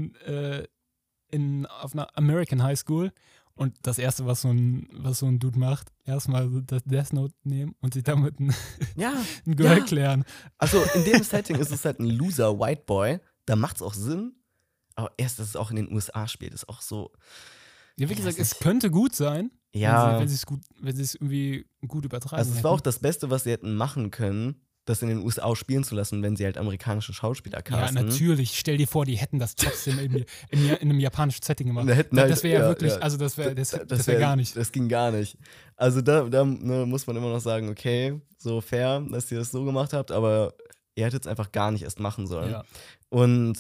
Auf einer American High School. Und das Erste, was so ein Dude macht, erstmal das Death Note nehmen und sich damit ein Girl klären. Also in dem Setting ist es halt ein Loser White Boy. Da macht es auch Sinn. Aber erst, dass es auch in den USA spielt, ist auch so. Ja, wie gesagt, es könnte gut sein, wenn sie es irgendwie gut übertragen Also es war auch das Beste, was sie hätten machen können, das in den USA spielen zu lassen, wenn sie halt amerikanische Schauspieler casten. Ja, natürlich. Stell dir vor, die hätten das trotzdem in einem japanischen Setting gemacht. Das wäre ja wirklich, also das wäre gar nicht. Das ging gar nicht. Also da muss man immer noch sagen, okay, so fair, dass ihr das so gemacht habt, aber ihr hättet es einfach gar nicht erst machen sollen. Ja. Und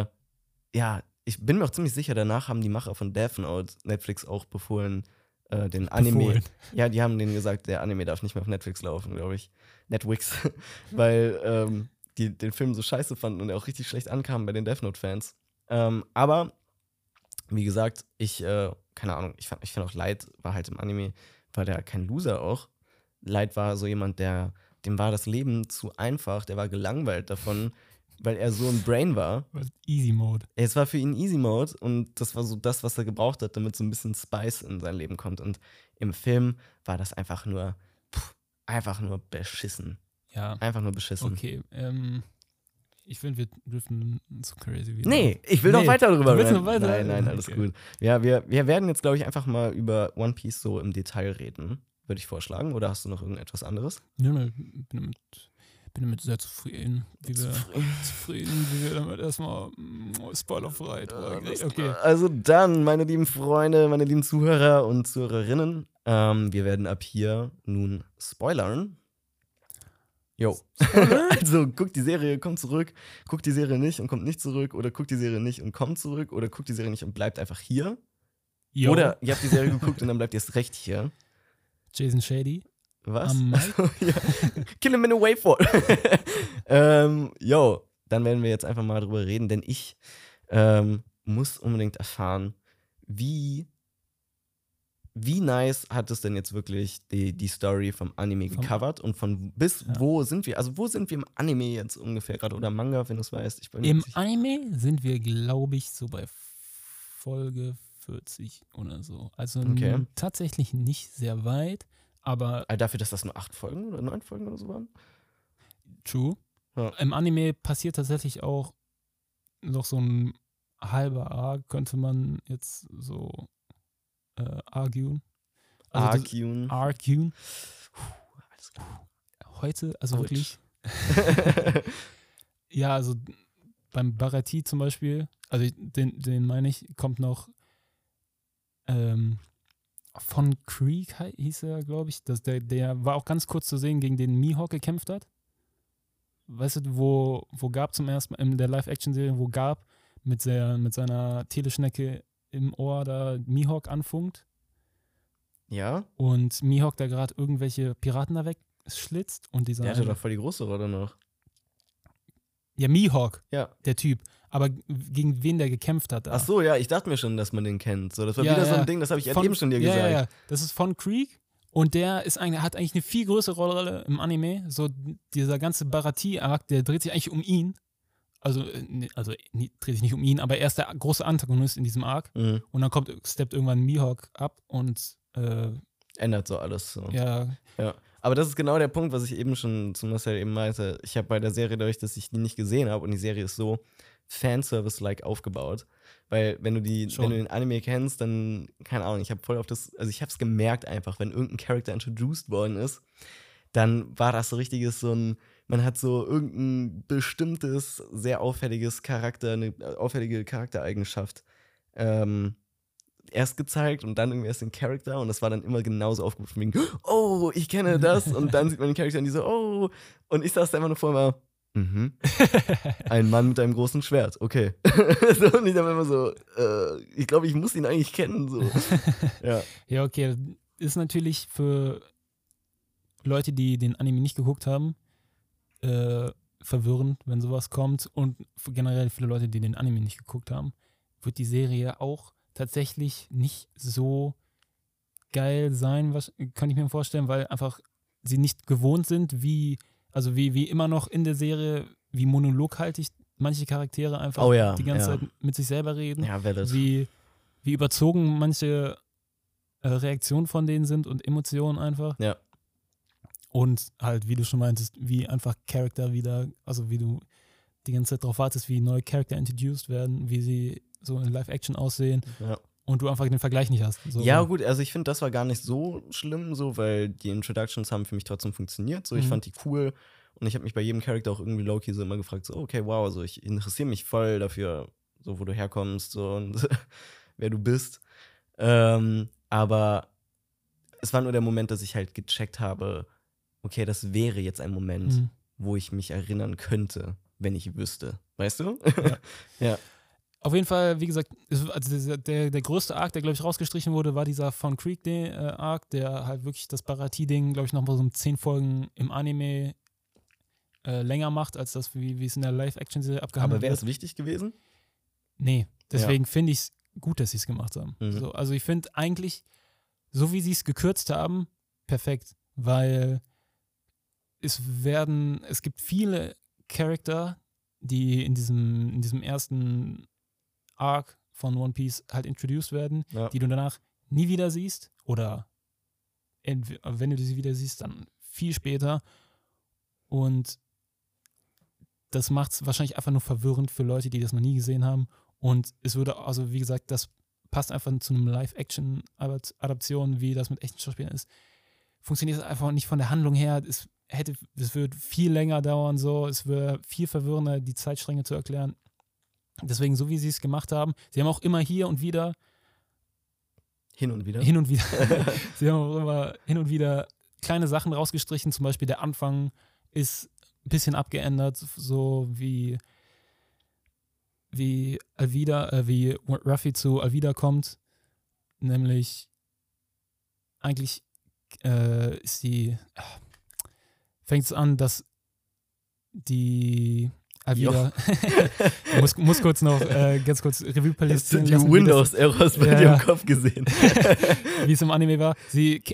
ich bin mir auch ziemlich sicher, danach haben die Macher von Death Note Netflix auch befohlen, den Anime. Ja, die haben denen gesagt, der Anime darf nicht mehr auf Netflix laufen, glaube ich. Netflix. Weil die den Film so scheiße fanden und er auch richtig schlecht ankam bei den Death Note-Fans. Aber, wie gesagt, keine Ahnung, ich fand auch Light war halt im Anime, war der kein Loser auch. Light war so jemand, dem war das Leben zu einfach, der war gelangweilt davon, weil er so ein Brain war. Easy Mode. Es war für ihn Easy Mode und das war so das, was er gebraucht hat, damit so ein bisschen Spice in sein Leben kommt. Und im Film war das einfach nur beschissen. Ja. Einfach nur beschissen. Okay, ich finde, wir dürfen so crazy wieder. Nee, ich will noch weiter darüber reden. Nein, alles okay. gut. Ja, wir werden jetzt, glaube ich, einfach mal über One Piece so im Detail reden, würde ich vorschlagen. Oder hast du noch irgendetwas anderes? Nö, ich bin damit sehr zufrieden, wie wir damit erstmal spoilerfrei drüber reden. Okay. Also dann, meine lieben Freunde, meine lieben Zuhörer und Zuhörerinnen, wir werden ab hier nun spoilern. Jo. Also guckt die Serie, kommt zurück, guckt die Serie nicht und kommt nicht zurück oder guckt die Serie nicht und kommt zurück oder guckt die Serie nicht und bleibt einfach hier. Jo. Oder ihr habt die Serie geguckt und dann bleibt ihr erst recht hier. Jason Shady. Was? Ja. Kill him in a way for. Dann werden wir jetzt einfach mal drüber reden, denn ich muss unbedingt erfahren, wie nice hat es denn jetzt wirklich die Story vom Anime gecovert und wo sind wir? Also wo sind wir im Anime jetzt ungefähr gerade oder Manga, wenn du es weißt? Im Anime sind wir, glaube ich, so bei Folge 40 oder so. Also tatsächlich nicht sehr weit. Aber dafür, dass das nur 8 Folgen oder 9 Folgen oder so waren? True. Ja. Im Anime passiert tatsächlich auch noch so ein halber Arc, könnte man jetzt so arguen. Arguen. Alles klar. Heute, also Ouch. Wirklich. Ja, also beim Baratie zum Beispiel, also den meine ich, kommt noch von Creek hieß er, glaube ich. Der war auch ganz kurz zu sehen, gegen den Mihawk gekämpft hat. Weißt du, wo Garp zum ersten Mal in der Live-Action-Serie, wo Garp mit seiner Teleschnecke im Ohr da Mihawk anfunkt. Ja. Und Mihawk da gerade irgendwelche Piraten da wegschlitzt. Und der hatte doch voll die große Rolle noch. Ja, Mihawk, ja. Der Typ. Aber gegen wen der gekämpft hat da. Ach so, ja, ich dachte mir schon, dass man den kennt. So, das war wieder so ein Ding, das habe ich eben schon dir gesagt. Ja, das ist von Creek Und der hat eigentlich eine viel größere Rolle im Anime. So dieser ganze Baratie-Arc, der dreht sich eigentlich um ihn. Also dreht sich nicht um ihn, aber er ist der große Antagonist in diesem Arc. Mhm. Und dann steppt irgendwann Mihawk ab und Ändert so alles. So. ja. Aber das ist genau der Punkt, was ich eben schon zu Marcel eben meinte. Ich habe bei der Serie, dadurch, dass ich die nicht gesehen habe, und die Serie ist so Fanservice-like aufgebaut. Weil wenn du den Anime kennst, dann, keine Ahnung, ich habe voll auf das, also ich habe es gemerkt einfach, wenn irgendein Charakter introduced worden ist, dann war das so richtiges man hat so irgendein bestimmtes, sehr auffälliges eine auffällige Charaktereigenschaft erst gezeigt und dann irgendwie erst den Charakter, und das war dann immer genauso aufgebaut von wegen, oh, ich kenne das, und dann sieht man den Charakter und die so, oh, und ich saß da immer nur vor mir, ein Mann mit einem großen Schwert, okay. So, und ich dann immer so, ich glaube, ich muss ihn eigentlich kennen, so. Ja. Ja, okay, ist natürlich für Leute, die den Anime nicht geguckt haben, verwirrend, wenn sowas kommt, und generell viele Leute, die den Anime nicht geguckt haben, wird die Serie auch tatsächlich nicht so geil sein, kann ich mir vorstellen, weil einfach sie nicht gewohnt sind, wie immer noch in der Serie, wie monologhaltig manche Charaktere einfach die ganze Zeit mit sich selber reden, wie überzogen manche Reaktionen von denen sind und Emotionen einfach. Ja. Und halt, wie du schon meintest, wie einfach Charakter wieder, also wie du die ganze Zeit darauf wartest, wie neue Charakter introduced werden, wie sie so in Live-Action aussehen, und du einfach den Vergleich nicht hast. So. Ja, gut, also ich finde, das war gar nicht so schlimm, so, weil die Introductions haben für mich trotzdem funktioniert. So, ich fand die cool, und ich habe mich bei jedem Charakter auch irgendwie low-key so immer gefragt, so, okay, wow, also ich interessiere mich voll dafür, so, wo du herkommst, so, und wer du bist. Aber es war nur der Moment, dass ich halt gecheckt habe, okay, das wäre jetzt ein Moment, wo ich mich erinnern könnte, wenn ich wüsste. Weißt du? Ja. Auf jeden Fall, wie gesagt, also der größte Arc, der, glaube ich, rausgestrichen wurde, war dieser Fawn Creek Arc, der halt wirklich das Baratie-Ding, glaube ich, noch mal so 10 Folgen im Anime länger macht, als das, wie es in der Live-Action-Serie abgehandelt wird. Aber wäre es wichtig gewesen? Nee, deswegen finde ich es gut, dass sie es gemacht haben. So, also ich finde eigentlich, so wie sie es gekürzt haben, perfekt, weil es gibt viele Charakter, die in diesem ersten Arc von One Piece halt introduced werden, die du danach nie wieder siehst, oder wenn du sie wieder siehst, dann viel später, und das macht es wahrscheinlich einfach nur verwirrend für Leute, die das noch nie gesehen haben, und es würde, also wie gesagt, das passt einfach zu einem Live-Action-Adaption, wie das mit echten Schauspielern ist, funktioniert es einfach nicht von der Handlung her, es wird viel länger dauern, so, es wird viel verwirrender, die Zeitstränge zu erklären. Deswegen, so wie sie es gemacht haben, sie haben auch immer hin und wieder. Sie haben auch immer hin und wieder kleine Sachen rausgestrichen, zum Beispiel der Anfang ist ein bisschen abgeändert, so wie Ruffy zu Alvida kommt, nämlich eigentlich fängt es an, dass die Alvida muss kurz noch ganz kurz Revue passieren lassen. Die Windows-Errors bei dir im Kopf gesehen. Wie es im Anime war. Sie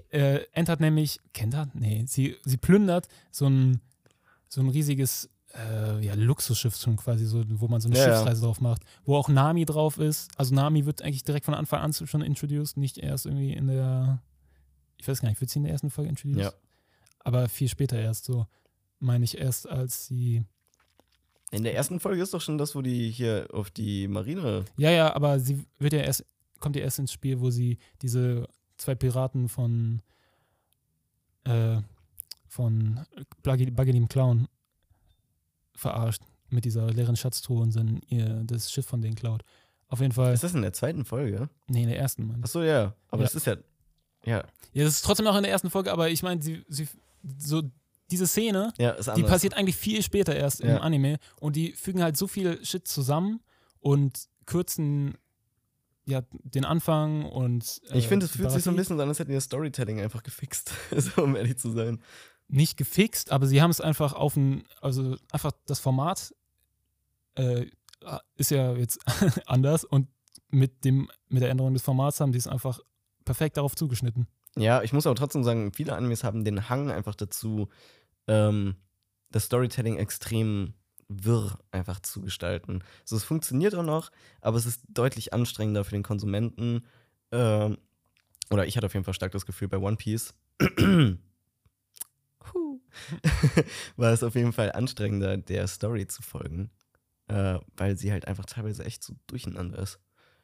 sie plündert so ein riesiges Luxusschiff schon quasi, so, wo man so eine Schiffsreise drauf macht, wo auch Nami drauf ist. Also Nami wird eigentlich direkt von Anfang an schon introduced, nicht erst irgendwie in der, ich weiß gar nicht, wird sie in der ersten Folge introduced? Ja. Aber viel später erst, so meine ich erst, als sie. In der ersten Folge ist doch schon das, wo die hier auf die Marine. Ja, aber sie kommt ja erst ins Spiel, wo sie diese 2 Piraten von Buggedy im Clown verarscht mit dieser leeren Schatztruhe und dann das Schiff von denen klaut. Auf jeden Fall. Ist das in der zweiten Folge? Nee, in der ersten, Mann. Achso, ja. Aber das ist ja. Ja, das ist trotzdem auch in der ersten Folge, aber ich meine, diese Szene, die passiert eigentlich viel später erst im Anime, und die fügen halt so viel Shit zusammen und kürzen den Anfang und ich finde, es fühlt sich so ein bisschen so an, als hätten die das Storytelling einfach gefixt, so, um ehrlich zu sein. Nicht gefixt, aber sie haben es einfach einfach das Format ist ja jetzt anders, und mit der Änderung des Formats haben die es einfach perfekt darauf zugeschnitten. Ja, ich muss aber trotzdem sagen, viele Animes haben den Hang einfach dazu, das Storytelling extrem wirr einfach zu gestalten. So, es funktioniert auch noch, aber es ist deutlich anstrengender für den Konsumenten. Oder ich hatte auf jeden Fall stark das Gefühl bei One Piece. War es auf jeden Fall anstrengender, der Story zu folgen, weil sie halt einfach teilweise echt so durcheinander ist.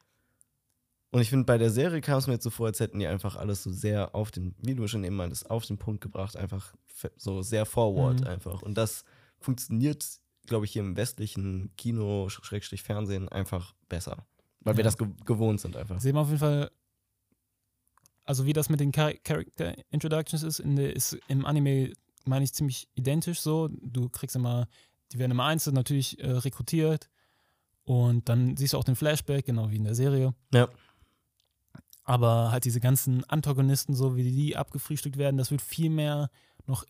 Und ich finde, bei der Serie kam es mir jetzt so vor, als hätten die einfach alles so sehr auf den, wie du schon eben meintest, auf den Punkt gebracht, einfach so sehr forward einfach. Und das funktioniert, glaube ich, hier im westlichen Kino, Fernsehen einfach besser. Weil wir das gewohnt sind einfach. Sehen wir auf jeden Fall, also wie das mit den Character Introductions ist im Anime, meine ich, ziemlich identisch so. Du kriegst immer, die werden immer einzeln natürlich rekrutiert und dann siehst du auch den Flashback, genau wie in der Serie. Ja. Aber halt diese ganzen Antagonisten, so wie die abgefrühstückt werden, das wird viel mehr noch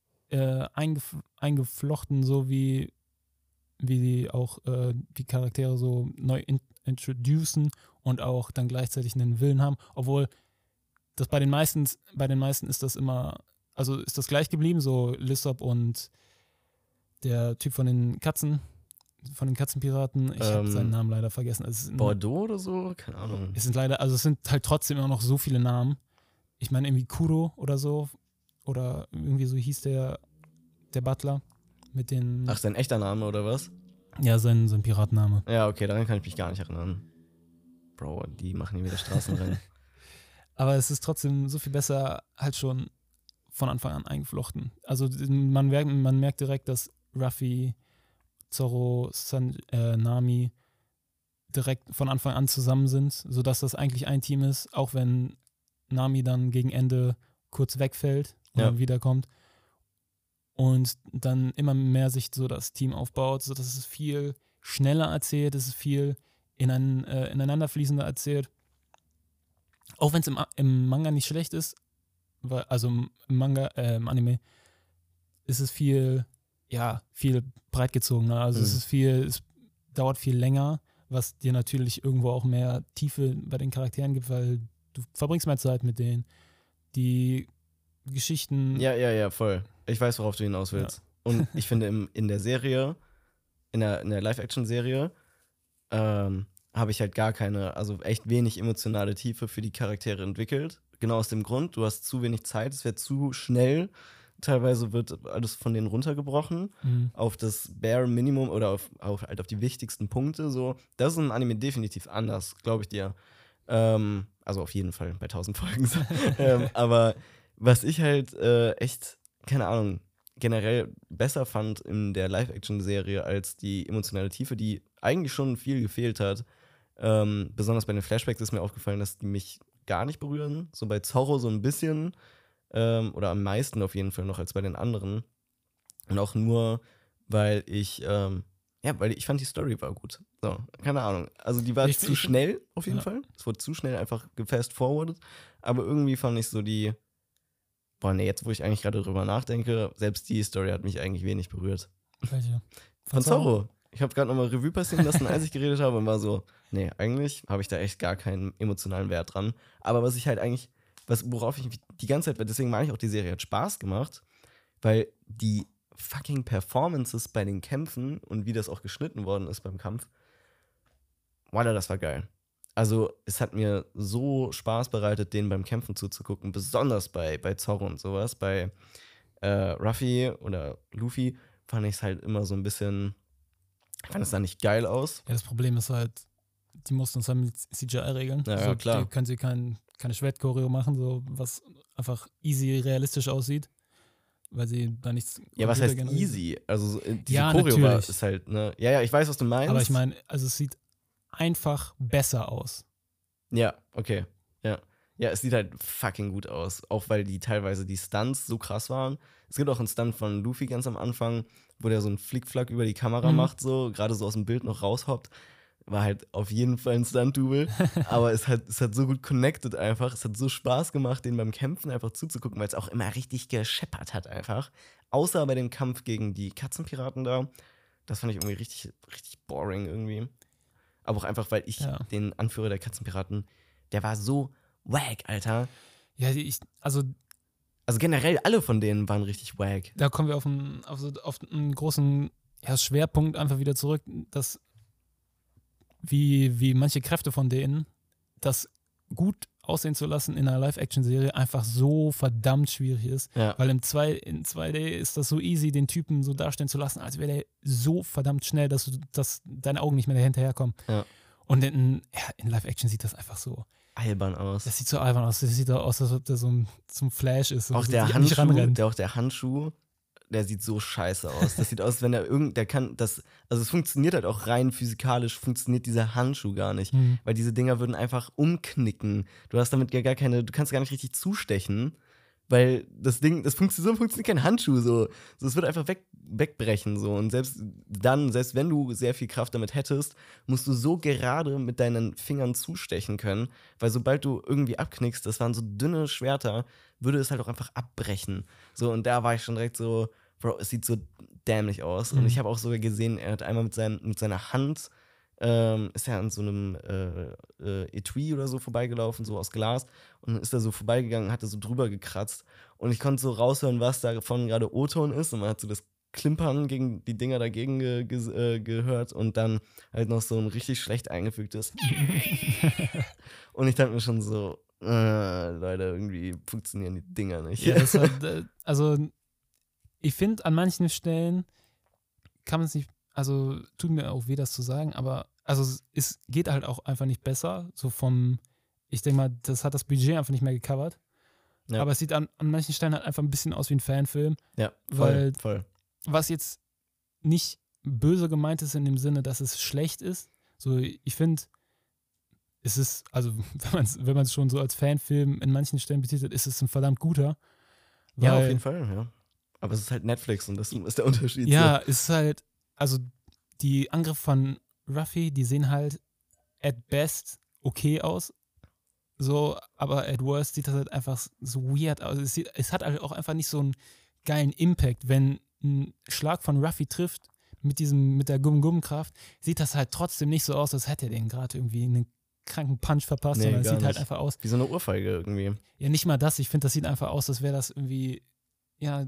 eingeflochten, so wie die auch die Charaktere so neu introducen und auch dann gleichzeitig einen Willen haben. Obwohl das bei den meisten ist das immer, also ist das gleich geblieben, so Lysop und der Typ von den Katzenpiraten, ich habe seinen Namen leider vergessen. Bordeaux oder so? Keine Ahnung. Es sind halt trotzdem immer noch so viele Namen. Ich meine irgendwie Kuro oder so. Oder irgendwie so hieß der Butler mit den. Ach, sein echter Name oder was? Ja, sein Piratenname. Ja, okay, daran kann ich mich gar nicht erinnern. Bro, die machen hier wieder Straßenrennen. Aber es ist trotzdem so viel besser halt schon von Anfang an eingeflochten. Also man merkt direkt, dass Ruffy, Zorro, Nami direkt von Anfang an zusammen sind, sodass das eigentlich ein Team ist, auch wenn Nami dann gegen Ende kurz wegfällt oder wiederkommt und dann immer mehr sich so das Team aufbaut, sodass es viel schneller erzählt, es ist viel ineinander fließender erzählt. Auch wenn es im Manga nicht schlecht ist, also im Anime ist es viel breit gezogener. Also es dauert viel länger, was dir natürlich irgendwo auch mehr Tiefe bei den Charakteren gibt, weil du verbringst mehr Zeit mit denen. Die Geschichten. Ja, voll. Ich weiß, worauf du hinaus willst. Ja. Und ich finde, in der Serie, in der Live-Action-Serie, habe ich halt gar keine, also echt wenig emotionale Tiefe für die Charaktere entwickelt. Genau aus dem Grund, du hast zu wenig Zeit, es wird zu schnell. Teilweise wird alles von denen runtergebrochen auf das Bare Minimum oder auf die wichtigsten Punkte. So. Das ist im Anime definitiv anders, glaube ich dir. Also auf jeden Fall bei 1000 Folgen. Aber was ich halt echt, keine Ahnung, generell besser fand in der Live-Action-Serie als die emotionale Tiefe, die eigentlich schon viel gefehlt hat. Besonders bei den Flashbacks ist mir aufgefallen, dass die mich gar nicht berühren. So bei Zorro so ein bisschen. Oder am meisten auf jeden Fall noch als bei den anderen. Und auch nur, weil ich fand, die Story war gut. So, keine Ahnung. Also die war zu schnell auf jeden Fall. Es wurde zu schnell einfach gefast-forwardet. Aber irgendwie fand ich so jetzt wo ich eigentlich gerade drüber nachdenke, selbst die Story hat mich eigentlich wenig berührt. Welche? Von Zorro. Ich habe gerade nochmal Revue passieren lassen, als ich geredet habe und war so, nee, eigentlich habe ich da echt gar keinen emotionalen Wert dran. Aber was ich halt eigentlich worauf ich die ganze Zeit, deswegen meine ich auch, die Serie hat Spaß gemacht, weil die fucking Performances bei den Kämpfen und wie das auch geschnitten worden ist beim Kampf, das war geil. Also es hat mir so Spaß bereitet, denen beim Kämpfen zuzugucken, besonders bei Zorro und sowas. Bei Ruffy oder Luffy fand ich es halt immer so ein bisschen, fand es da nicht geil aus. Ja, das Problem ist halt, die mussten es halt mit CGI regeln. Ja, klar. Können sie keine Schwertchoreo machen, so was einfach easy realistisch aussieht, weil sie da nichts. Ja, was heißt easy? Also diese Choreo war ist halt, ne? Ja, ich weiß, was du meinst. Aber ich meine, also es sieht einfach besser aus. Ja, okay. Ja, es sieht halt fucking gut aus. Auch weil teilweise die Stunts so krass waren. Es gibt auch einen Stunt von Luffy ganz am Anfang, wo der so einen Flickflack über die Kamera macht, so, gerade so aus dem Bild noch raushoppt. War halt auf jeden Fall ein Stunt-Double. Aber es hat so gut connected einfach. Es hat so Spaß gemacht, denen beim Kämpfen einfach zuzugucken, weil es auch immer richtig gescheppert hat einfach. Außer bei dem Kampf gegen die Katzenpiraten da. Das fand ich irgendwie richtig, richtig boring irgendwie. Aber auch einfach, weil ich den Anführer der Katzenpiraten, der war so wack, Alter. Ja, also generell alle von denen waren richtig wack. da kommen wir auf einen großen Schwerpunkt einfach wieder zurück, dass wie manche Kräfte von denen das gut aussehen zu lassen in einer Live-Action-Serie einfach so verdammt schwierig ist. Ja. Weil in 2D ist das so easy, den Typen so darstellen zu lassen, als wäre der so verdammt schnell, dass deine Augen nicht mehr hinterherkommen. Ja. Und in Live-Action sieht das einfach so Albern aus. Das sieht so albern aus. Das sieht so aus, als ob der so ein Flash ist. Auch der Handschuh, der sieht so scheiße aus. Das sieht aus, wenn also es funktioniert halt auch rein physikalisch, funktioniert dieser Handschuh gar nicht. Weil diese Dinger würden einfach umknicken. Du hast damit du kannst gar nicht richtig zustechen, weil so funktioniert kein Handschuh so. Es wird einfach wegbrechen so. Und selbst wenn du sehr viel Kraft damit hättest, musst du so gerade mit deinen Fingern zustechen können, weil sobald du irgendwie abknickst, das waren so dünne Schwerter, würde es halt auch einfach abbrechen. So, und da war ich schon direkt so, Bro, es sieht so dämlich aus. Und ich habe auch sogar gesehen, er hat einmal mit seiner Hand ist er an so einem Etui oder so vorbeigelaufen, so aus Glas, und ist da so vorbeigegangen, hat da so drüber gekratzt, und ich konnte so raushören, was davon gerade O-Ton ist, und man hat so das Klimpern gegen die Dinger dagegen gehört und dann halt noch so ein richtig schlecht eingefügtes und ich dachte mir schon so, Leute, irgendwie funktionieren die Dinger nicht. Ja, das war, also ich finde, an manchen Stellen kann man es nicht, also tut mir auch weh, das zu sagen, aber also es geht halt auch einfach nicht besser, so ich denke mal, das hat das Budget einfach nicht mehr gecovert, Ja. aber es sieht an manchen Stellen halt einfach ein bisschen aus wie ein Fanfilm, Ja, voll. was jetzt nicht böse gemeint ist in dem Sinne, dass es schlecht ist, so ich finde, es ist, also wenn man es schon so als Fanfilm in manchen Stellen betitelt, ist es ein verdammt guter. Ja, auf jeden Fall, ja. Aber es ist halt Netflix und das ist der Unterschied. Ja, es ist halt, also die Angriffe von Ruffy, die sehen halt at best okay aus, so, aber at worst sieht das halt einfach so weird aus. Es hat halt auch einfach nicht so einen geilen Impact, wenn ein Schlag von Ruffy trifft mit der Gum-Gum-Kraft, sieht das halt trotzdem nicht so aus, als hätte er den gerade irgendwie einen kranken Punch verpasst, sondern es sieht halt einfach aus. Wie so eine Ohrfeige irgendwie. Ja, nicht mal das. Ich finde, das sieht einfach aus, als wäre das irgendwie, ja,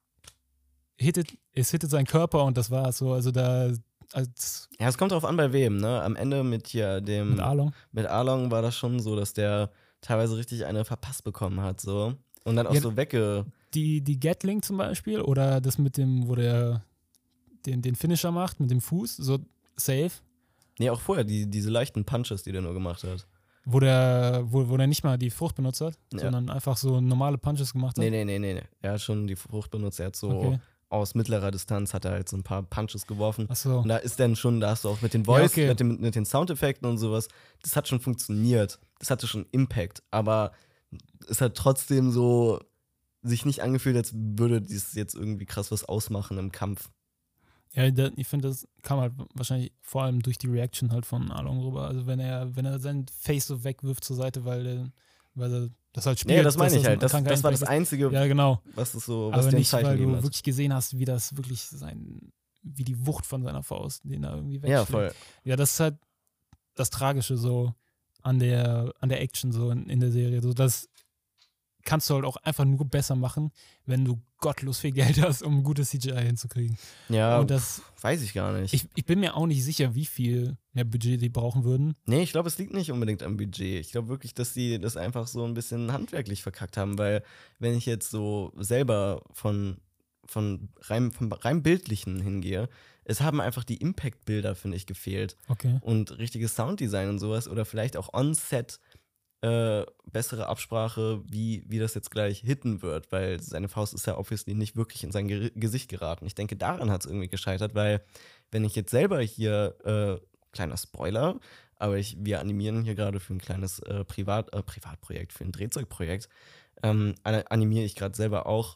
es hittet seinen Körper und das war es so. Also ja, es kommt drauf an, bei wem, ne? Am Ende mit Arlong. Mit Arlong war das schon so, dass der teilweise richtig eine verpasst bekommen hat, so. Und dann auch so Die Gatling zum Beispiel oder das mit dem, wo der den Finisher macht, mit dem Fuß, so safe. Nee, auch vorher, diese leichten Punches, die der nur gemacht hat. Wo der nicht mal die Frucht benutzt hat, sondern einfach so normale Punches gemacht hat. Nee. Er hat schon die Frucht benutzt. Er hat so aus mittlerer Distanz hat er halt so ein paar Punches geworfen. Ach so. Und da ist dann schon, da hast du auch mit den Voice, mit den Soundeffekten und sowas, das hat schon funktioniert. Das hatte schon Impact. Aber es hat trotzdem so sich nicht angefühlt, als würde dies jetzt irgendwie krass was ausmachen im Kampf. Ja, ich finde, das kam halt wahrscheinlich vor allem durch die Reaction halt von Arlong rüber. Also wenn er sein Face so wegwirft zur Seite, weil er das halt spielt. Ja, das meine ich halt. Das war das Einzige, ja, genau. was es so, was aber dir nicht, weil du hat. wirklich gesehen hast, wie das wirklich wie die Wucht von seiner Faust, den er irgendwie wegschlägt. Ja, voll. Ja, das ist halt das Tragische so an der Action so in der Serie. So, das kannst du halt auch einfach nur besser machen, wenn du gottlos viel Geld hast, um gutes CGI hinzukriegen. Ja, und das weiß ich gar nicht. Ich bin mir auch nicht sicher, wie viel mehr Budget die brauchen würden. Nee, ich glaube, es liegt nicht unbedingt am Budget. Ich glaube wirklich, dass die das einfach so ein bisschen handwerklich verkackt haben, weil wenn ich jetzt so selber von rein bildlichen hingehe, es haben einfach die Impact-Bilder, finde ich, gefehlt. Okay. Und richtiges Sounddesign und sowas oder vielleicht auch on-set bessere Absprache, wie das jetzt gleich hitten wird, weil seine Faust ist ja obviously nicht wirklich in sein Gesicht geraten. Ich denke, daran hat es irgendwie gescheitert, weil wenn ich jetzt selber hier, kleiner Spoiler, aber wir animieren hier gerade für ein kleines Privatprojekt, für ein Drehzeugprojekt, animiere ich gerade selber auch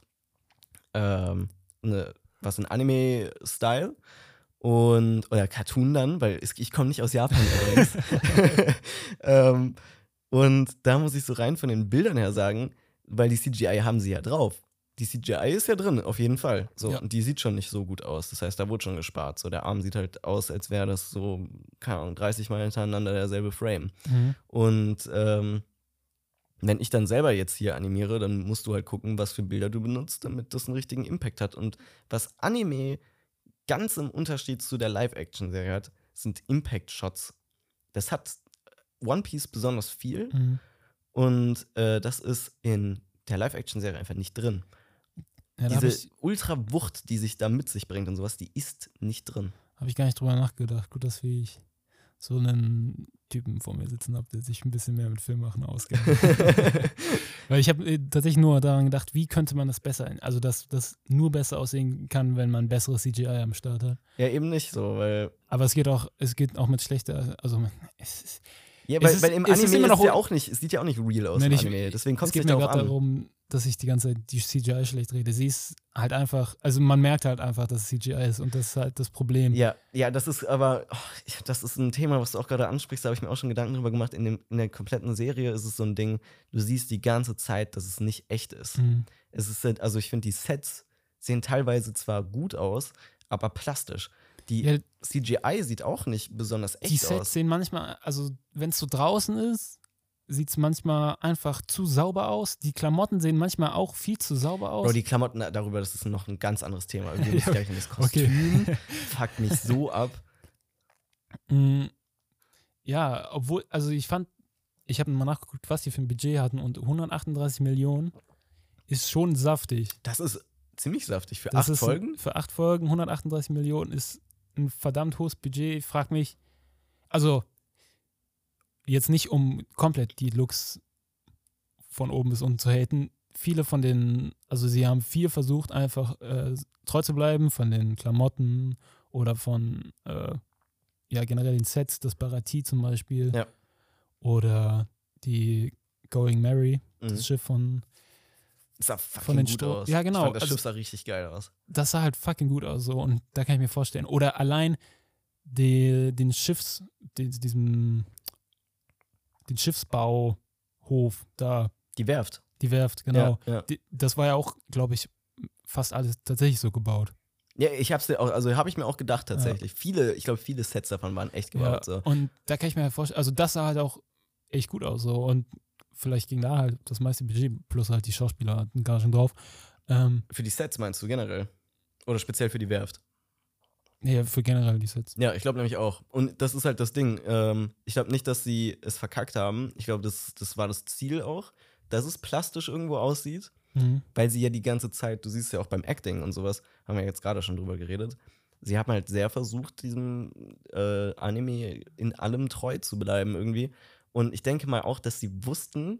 was in Anime-Style oder Cartoon dann, weil ich komme nicht aus Japan übrigens. Und da muss ich so rein von den Bildern her sagen, weil die CGI haben sie ja drauf. Die CGI ist ja drin, auf jeden Fall. So, ja. Und die sieht schon nicht so gut aus. Das heißt, da wurde schon gespart. So, der Arm sieht halt aus, als wäre das so, keine Ahnung, 30 Mal hintereinander derselbe Frame. Mhm. Und wenn ich dann selber jetzt hier animiere, dann musst du halt gucken, was für Bilder du benutzt, damit das einen richtigen Impact hat. Und was Anime ganz im Unterschied zu der Live-Action-Serie hat, sind Impact-Shots. Das hat One Piece besonders viel und das ist in der Live-Action-Serie einfach nicht drin. Ja, Diese Ultra-Wucht, die sich da mit sich bringt und sowas, die ist nicht drin. Habe ich gar nicht drüber nachgedacht. Gut, dass ich so einen Typen vor mir sitzen habe, der sich ein bisschen mehr mit Filmmachen auskennt. Weil ich habe tatsächlich nur daran gedacht, wie könnte man das besser, also dass das nur besser aussehen kann, wenn man besseres CGI am Start hat. Ja, eben nicht so, weil. Aber es geht auch mit schlechter, also ja, weil im Anime es sieht ja auch nicht real aus im Anime. Deswegen kommt es geht nicht mir darauf gerade an. darum, dass ich die ganze Zeit die CGI schlecht rede. Sie ist halt einfach, also man merkt halt einfach, dass es CGI ist und das ist halt das Problem. Ja, das ist aber, das ist ein Thema, was du auch gerade ansprichst, da habe ich mir auch schon Gedanken drüber gemacht. In der kompletten Serie ist es so ein Ding, du siehst die ganze Zeit, dass es nicht echt ist. Es ist halt, also ich finde, die Sets sehen teilweise zwar gut aus, aber plastisch. Die CGI sieht auch nicht besonders echt aus. Die Sets sehen manchmal, also wenn es so draußen ist, sieht es manchmal einfach zu sauber aus. Die Klamotten sehen manchmal auch viel zu sauber aus. Bro, die Klamotten darüber, das ist noch ein ganz anderes Thema. Irgendwie muss ich gleich in das Kostüm. Fuckt mich so ab. Ja, obwohl, also ich habe mal nachgeguckt, was die für ein Budget hatten und 138 Millionen ist schon saftig. Das ist ziemlich saftig. Für 8 Folgen? Für 8 Folgen 138 Millionen ist ein verdammt hohes Budget. Ich frage mich, also jetzt nicht, um komplett die Looks von oben bis unten zu haten. Viele von den, also sie haben viel versucht, einfach treu zu bleiben von den Klamotten oder von generell den Sets, das Baratie zum Beispiel. Ja. Oder die Going Merry, das Schiff von das sah fucking gut aus. Ja, genau. Ich fand, das Schiff sah richtig geil aus. Das sah halt fucking gut aus so und da kann ich mir vorstellen. Oder allein den Schiffsbauhof da. Die Werft, genau. Ja. Das war ja auch, glaube ich, fast alles tatsächlich so gebaut. Ja, habe ich mir auch gedacht tatsächlich. Ja. Ich glaube, viele Sets davon waren echt gebaut. So. Und da kann ich mir halt vorstellen, also das sah halt auch echt gut aus so und vielleicht ging da halt das meiste Budget plus halt die Schauspieler hatten gar schon drauf. Für die Sets meinst du generell? Oder speziell für die Werft? Ja, für generell die Sets. Ja, ich glaube nämlich auch. Und das ist halt das Ding. Ich glaube nicht, dass sie es verkackt haben. Ich glaube, das war das Ziel auch, dass es plastisch irgendwo aussieht. Weil sie ja die ganze Zeit, du siehst ja auch beim Acting und sowas, haben wir jetzt gerade schon drüber geredet, sie haben halt sehr versucht, diesem Anime in allem treu zu bleiben irgendwie. Und ich denke mal auch, dass sie wussten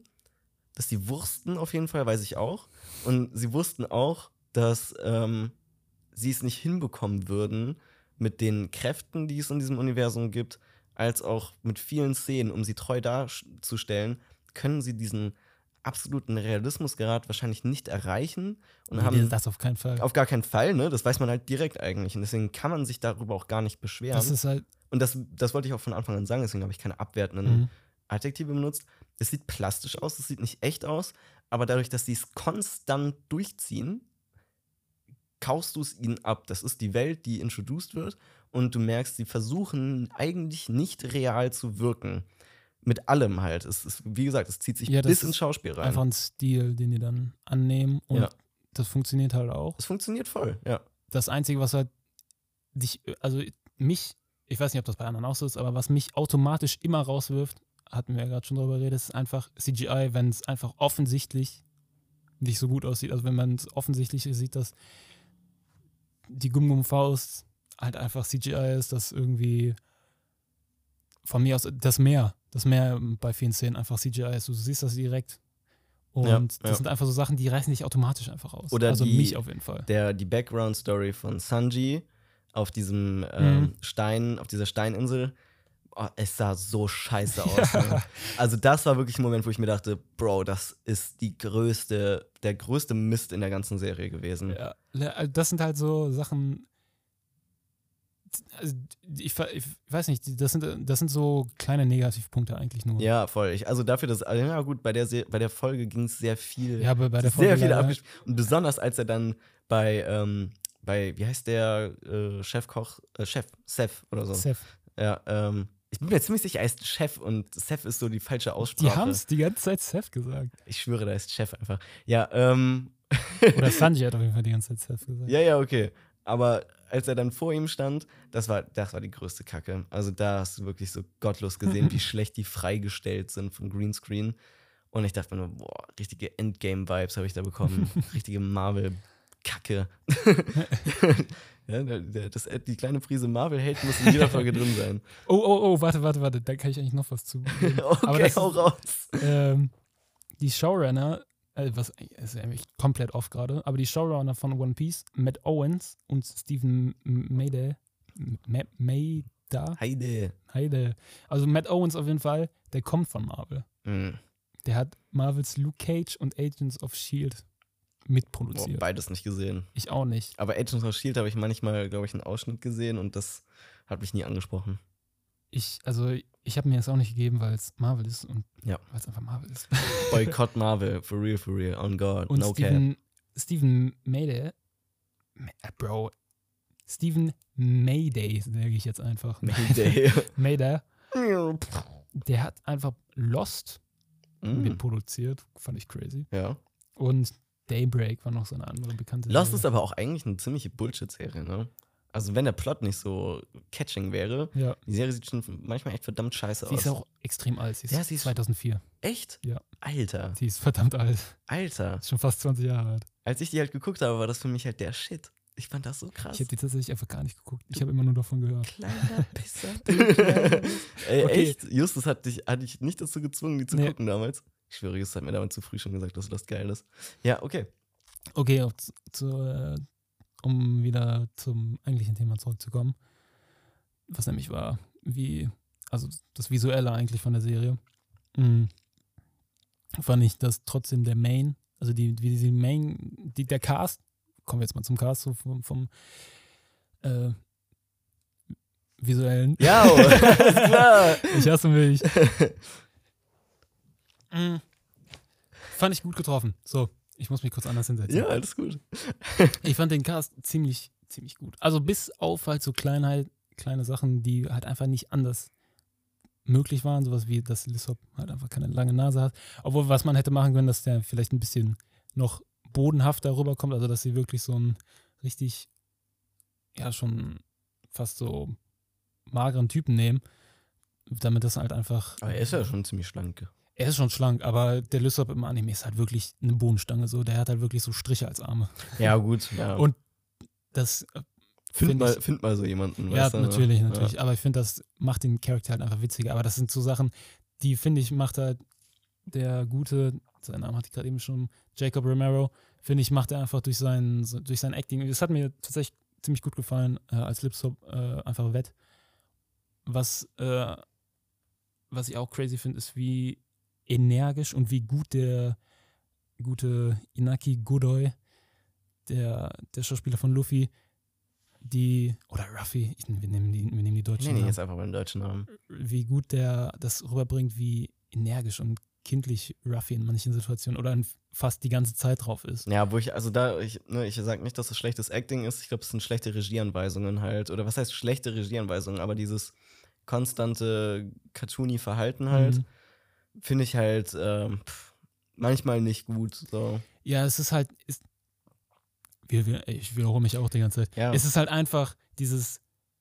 auf jeden Fall, weiß ich auch. Und sie wussten auch, dass sie es nicht hinbekommen würden mit den Kräften, die es in diesem Universum gibt, als auch mit vielen Szenen, um sie treu darzustellen, können sie diesen absoluten Realismusgrad wahrscheinlich nicht erreichen. Und haben das auf keinen Fall. Auf gar keinen Fall, ne? Das weiß man halt direkt eigentlich. Und deswegen kann man sich darüber auch gar nicht beschweren. Das ist halt und das wollte ich auch von Anfang an sagen, deswegen habe ich keine abwertenden Adjektive benutzt. Es sieht plastisch aus, es sieht nicht echt aus, aber dadurch, dass sie es konstant durchziehen, kaufst du es ihnen ab. Das ist die Welt, die introduced wird und du merkst, sie versuchen eigentlich nicht real zu wirken. Mit allem halt. Es ist, wie gesagt, es zieht sich bis ins Schauspiel rein. Einfach ein Stil, den die dann annehmen und das funktioniert halt auch. Es funktioniert voll, ja. Das Einzige, was halt ich weiß nicht, ob das bei anderen auch so ist, aber was mich automatisch immer rauswirft, hatten wir ja gerade schon drüber geredet, ist einfach CGI, wenn es einfach offensichtlich nicht so gut aussieht. Also wenn man es offensichtlich sieht, dass die Gum-Gum-Faust halt einfach CGI ist, dass irgendwie von mir aus das Meer bei vielen Szenen einfach CGI ist. Du siehst das direkt. Und das sind einfach so Sachen, die reißen dich automatisch einfach raus. Oder also mich auf jeden Fall. Die Background-Story von Sanji auf diesem Stein, auf dieser Steininsel, es sah so scheiße aus. Ne? Also das war wirklich ein Moment, wo ich mir dachte, Bro, das ist der größte Mist in der ganzen Serie gewesen. Ja, das sind halt so Sachen, also ich weiß nicht, das sind so kleine Negativpunkte eigentlich nur. Ja, voll. Also dafür, dass, ja gut, bei der Folge ging es sehr viel. Ja, bei der Folge sehr viel abgespielt. Und besonders als er dann bei wie heißt der Chefkoch? Chef, Seth oder so. Seth. Ja, Ich bin mir ziemlich sicher, er ist Chef und Seth ist so die falsche Die Aussprache. haben es die ganze Zeit Seth gesagt. Ich schwöre, da ist Chef einfach. Ja, Oder Sanji hat auf jeden Fall die ganze Zeit Seth gesagt. ja, okay. Aber als er dann vor ihm stand, das war die größte Kacke. Also da hast du wirklich so gottlos gesehen, wie schlecht die freigestellt sind vom Greenscreen. Und ich dachte mir nur, boah, richtige Endgame-Vibes habe ich da bekommen. Richtige Marvel-Kacke. Ja, die kleine Prise Marvel-Hate muss in jeder Folge drin sein. Oh, warte, da kann ich eigentlich noch was zu. Okay, hau raus. Die Showrunner, was ist eigentlich komplett off gerade, aber die Showrunner von One Piece, Matt Owens und Stephen Maida. Heide. Also Matt Owens auf jeden Fall, der kommt von Marvel. Mhm. Der hat Marvels Luke Cage und Agents of S.H.I.E.L.D. mitproduziert. Boah, beides nicht gesehen. Ich auch nicht. Aber Agents of S.H.I.E.L.D. habe ich manchmal, glaube ich, einen Ausschnitt gesehen und das hat mich nie angesprochen. Ich habe mir das auch nicht gegeben, weil es Marvel ist und Ja. weil es einfach Marvel ist. Boycott Marvel, for real, on God, Und no cap. Stephen Mayday, Stephen Mayday, sage ich jetzt einfach. Mayday. Mayday, der hat einfach Lost Mm. mitproduziert, fand ich crazy. Ja. Und Daybreak war noch so eine andere bekannte Lost Serie. ist aber auch eigentlich eine ziemliche Bullshit-Serie, ne? Also wenn der Plot nicht so catching wäre, Ja, die Serie sieht schon manchmal echt verdammt scheiße sie aus. ist auch extrem alt. Sie ist, Ja, sie ist- 2004. Echt? Ja. Alter. Sie ist verdammt alt. Alter. Ist schon fast 20 Jahre alt. Als ich die halt geguckt habe, war das für mich halt der Shit. Ich fand das so krass. Ich habe die tatsächlich einfach gar nicht geguckt. Ich habe immer nur davon gehört. Kleiner Pisser. kleiner Ey, Okay. echt? Justus hat dich nicht dazu gezwungen, die zu Nee. gucken damals. Ich schwöre, Justus hat mir damals zu früh schon gesagt, dass das geil ist. Ja, okay. Okay, um wieder zum eigentlichen Thema zurückzukommen. Was nämlich war, also das Visuelle eigentlich von der Serie. Fand ich, dass trotzdem der Main, also der Cast, kommen wir jetzt mal zum Cast so vom visuellen. Ja, alles klar. Ich hasse mich. Fand ich gut getroffen. So, ich muss mich kurz anders hinsetzen. Ja, alles gut. Ich fand den Cast ziemlich gut. Also bis auf halt so kleine Sachen, die halt einfach nicht anders möglich waren. Sowas wie, dass Lissop halt einfach keine lange Nase hat. Obwohl, was man hätte machen können, dass der vielleicht ein bisschen noch bodenhafter rüberkommt. Also, dass sie wirklich so einen richtig, ja, schon fast so mageren Typen nehmen. Damit das halt einfach. Aber er ist ja schon ziemlich schlank. Er ist schon schlank, aber der Lissop im Anime ist halt wirklich eine Bohnenstange. So. Der hat halt wirklich so Striche als Arme. Ja, gut. Ja. Und das find find mal so jemanden. Ja, weißt du, ne? natürlich. Ja. Aber ich finde, das macht den Charakter halt einfach witziger. Aber das sind so Sachen, die, finde ich, macht halt der gute, seinen Namen hatte ich gerade eben schon, Jacob Romero, finde ich, macht er einfach durch sein Acting. Das hat mir tatsächlich ziemlich gut gefallen, als Lissop einfach wett. Was ich auch crazy finde, ist, wie energisch und wie gut der gute Inaki Godoy, der Schauspieler von Luffy, oder Ruffy, wir nehmen die deutschen Nee, Namen, jetzt einfach mal den deutschen Namen. wie gut der das rüberbringt, wie energisch und kindlich Ruffy in manchen Situationen oder fast die ganze Zeit drauf ist. Ja, ich sag nicht, dass das schlechtes Acting ist. Ich glaube, es sind schlechte Regieanweisungen halt. Oder was heißt schlechte Regieanweisungen? Aber dieses konstante cartoony Verhalten halt, finde ich halt manchmal nicht gut. So. Ja, es ist halt, ich wiederhole mich auch die ganze Zeit. Ja. Es ist halt einfach dieses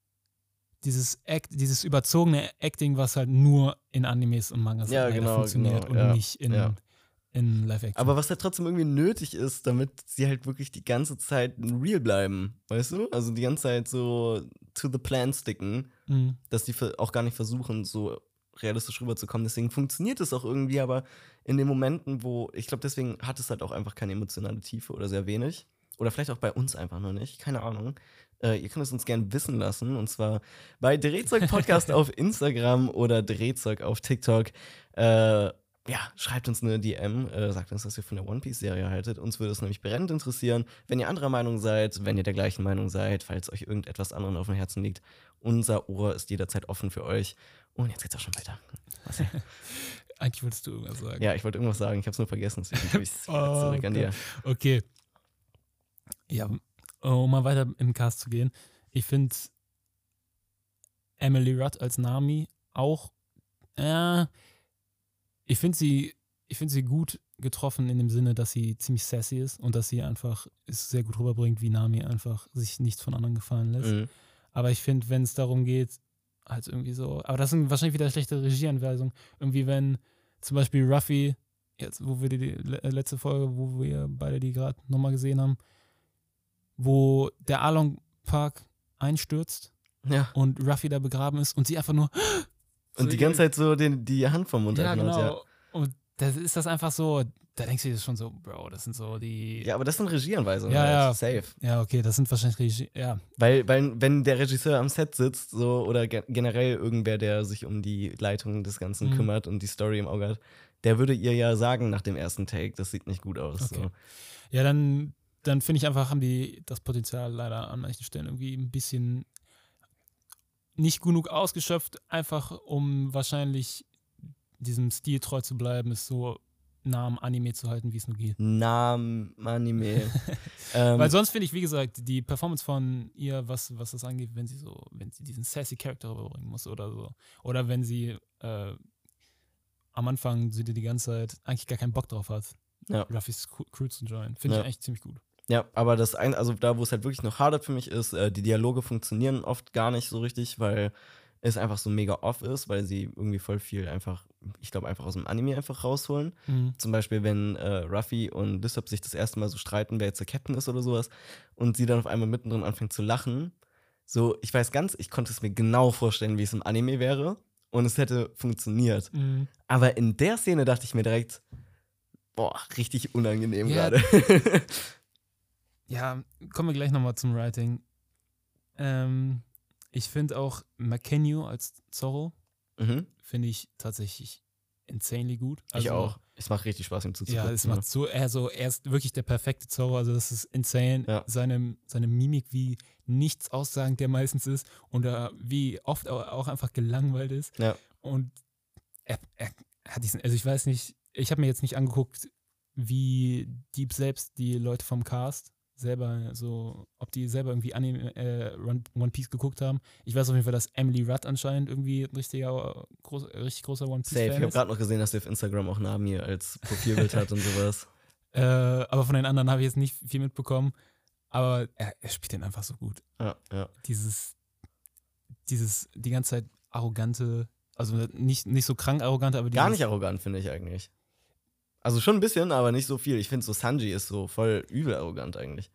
überzogene Acting, was halt nur in Animes und Mangas Ja, leider genau, funktioniert genau, und ja, nicht in Live-Action. Aber was halt trotzdem irgendwie nötig ist, damit sie halt wirklich die ganze Zeit real bleiben, weißt du? Also die ganze Zeit so to the plan sticken, dass die auch gar nicht versuchen, so realistisch rüberzukommen. Deswegen funktioniert es auch irgendwie, aber in den Momenten, ich glaube, deswegen hat es halt auch einfach keine emotionale Tiefe oder sehr wenig. Oder vielleicht auch bei uns einfach noch nicht, keine Ahnung. Ihr könnt es uns gerne wissen lassen, und zwar bei Drehzeug Podcast auf Instagram oder Drehzeug auf TikTok. Schreibt uns eine DM, sagt uns, was ihr von der One Piece Serie haltet. Uns würde es nämlich brennend interessieren, wenn ihr anderer Meinung seid, wenn ihr der gleichen Meinung seid, falls euch irgendetwas anderem auf dem Herzen liegt. Unser Ohr ist jederzeit offen für euch. Und jetzt geht's auch schon weiter. Eigentlich wolltest du irgendwas sagen. Ja, ich wollte irgendwas sagen, ich habe es nur vergessen, deswegen gebe ich es zurück an dir. Okay. Ja, um mal weiter im Cast zu gehen. Ich finde Emily Rudd als Nami auch, ich finde sie gut getroffen in dem Sinne, dass sie ziemlich sassy ist und dass sie einfach es sehr gut rüberbringt, wie Nami einfach sich nichts von anderen gefallen lässt. Mhm. Aber ich finde, wenn es darum geht, halt irgendwie so, aber das sind wahrscheinlich wieder schlechte Regieanweisungen, irgendwie wenn zum Beispiel Ruffy, jetzt wo wir die letzte Folge, wo wir beide die gerade nochmal gesehen haben, wo der Along Park einstürzt Ja. und Ruffy da begraben ist und sie einfach nur Und die ganze Zeit so die Hand vom Mund ja, halten genau. hat, ja. Und das ist das einfach so, da denkst du dir schon so, Bro, das sind so die. Ja, aber das sind Regieanweisungen. Ja, halt. ja. Safe. Ja, okay, das sind wahrscheinlich ja. Weil, wenn der Regisseur am Set sitzt, so, oder generell irgendwer, der sich um die Leitung des Ganzen kümmert und die Story im Auge hat, der würde ihr ja sagen nach dem ersten Take, das sieht nicht gut aus. Okay. So. Ja, dann finde ich einfach, haben die das Potenzial leider an manchen Stellen irgendwie ein bisschen nicht genug ausgeschöpft, einfach um wahrscheinlich diesem Stil treu zu bleiben, ist so nah am Anime zu halten, wie es nur geht. Anime. Weil sonst finde ich, wie gesagt, die Performance von ihr, was das angeht, wenn sie diesen sassy Charakter rüberbringen muss oder so. Oder wenn sie am Anfang sie die ganze Zeit eigentlich gar keinen Bock drauf hat, Ruffys Crew zu joinen. Finde ich eigentlich ziemlich gut. Ja, aber also da, wo es halt wirklich noch hadert für mich ist, die Dialoge funktionieren oft gar nicht so richtig, weil es einfach so mega off ist, weil sie irgendwie voll viel einfach, ich glaube, einfach aus dem Anime einfach rausholen. Zum Beispiel, wenn Ruffy und Lysop sich das erste Mal so streiten, wer jetzt der Captain ist oder sowas, und sie dann auf einmal mittendrin anfängt zu lachen. So, ich konnte es mir genau vorstellen, wie es im Anime wäre, und es hätte funktioniert. Aber in der Szene dachte ich mir direkt, boah, richtig unangenehm gerade. Ja, kommen wir gleich nochmal zum Writing. Ich finde auch Mackenyu als Zorro, finde ich tatsächlich insanely gut. Also, ich auch. Es macht richtig Spaß, ihm zuzugucken. Ja, es macht so, er ist wirklich der perfekte Zorro, also das ist insane. Ja. Seine Mimik, wie nichts aussagend der meistens ist und wie oft auch einfach gelangweilt ist. Ja. Und er hat diesen, also ich weiß nicht, ich habe mir jetzt nicht angeguckt, wie deep selbst die Leute vom Cast selber so, ob die selber irgendwie One Piece geguckt haben. Ich weiß auf jeden Fall, dass Emily Rudd anscheinend irgendwie ein richtig großer One Piece-Fan ist. Ich habe gerade noch gesehen, dass sie auf Instagram auch Nami als Profilbild hat und sowas. Aber von den anderen habe ich jetzt nicht viel mitbekommen. Aber er spielt den einfach so gut. Ja. Die ganze Zeit arrogante, also nicht so krank arrogante, aber gar nicht arrogant, finde ich eigentlich. Also schon ein bisschen, aber nicht so viel. Ich finde so, Sanji ist so voll übel arrogant eigentlich.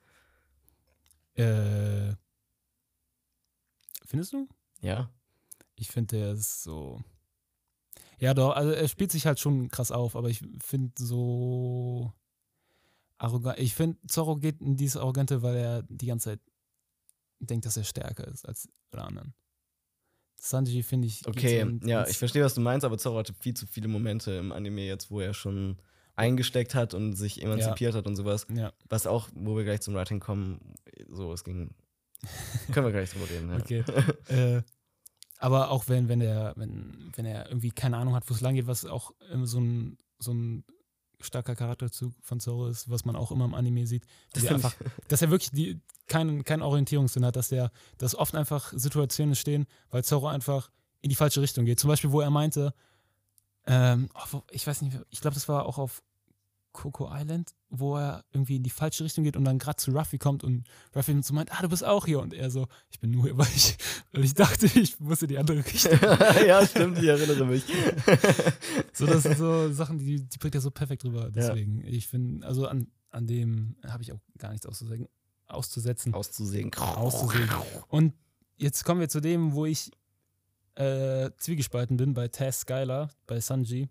Findest du? Ja. Ich finde, der ist so. Ja, doch, also er spielt sich halt schon krass auf, aber ich finde so arrogant. Ich finde, Zorro geht in dieses Arrogante, weil er die ganze Zeit denkt, dass er stärker ist als alle anderen. Sanji finde ich. Okay, ja, ich verstehe, was du meinst, aber Zorro hatte viel zu viele Momente im Anime jetzt, wo er schon eingesteckt hat und sich emanzipiert hat und sowas. Ja. Was auch, wo wir gleich zum Writing kommen, so, es ging. Können wir gleich drüber reden, ja. Okay. Aber auch wenn er irgendwie keine Ahnung hat, wo es lang geht, was auch so ein starker Charakterzug von Zorro ist, was man auch immer im Anime sieht, dass er wirklich keinen Orientierungssinn hat, dass oft einfach Situationen stehen, weil Zorro einfach in die falsche Richtung geht. Zum Beispiel, wo er meinte, ich weiß nicht, ich glaube, das war auch auf Coco Island, wo er irgendwie in die falsche Richtung geht und dann gerade zu Ruffy kommt und Ruffy so meint, du bist auch hier, und er so, ich bin nur hier, weil ich dachte, ich muss in die andere Richtung. Ja, stimmt, ich erinnere mich. So, das sind so Sachen, die bringt er so perfekt rüber. Deswegen, ich finde, also an dem habe ich auch gar nichts auszusetzen. Auszusägen. Und jetzt kommen wir zu dem, wo ich zwiegespalten bin, bei Taz Skylar, bei Sanji.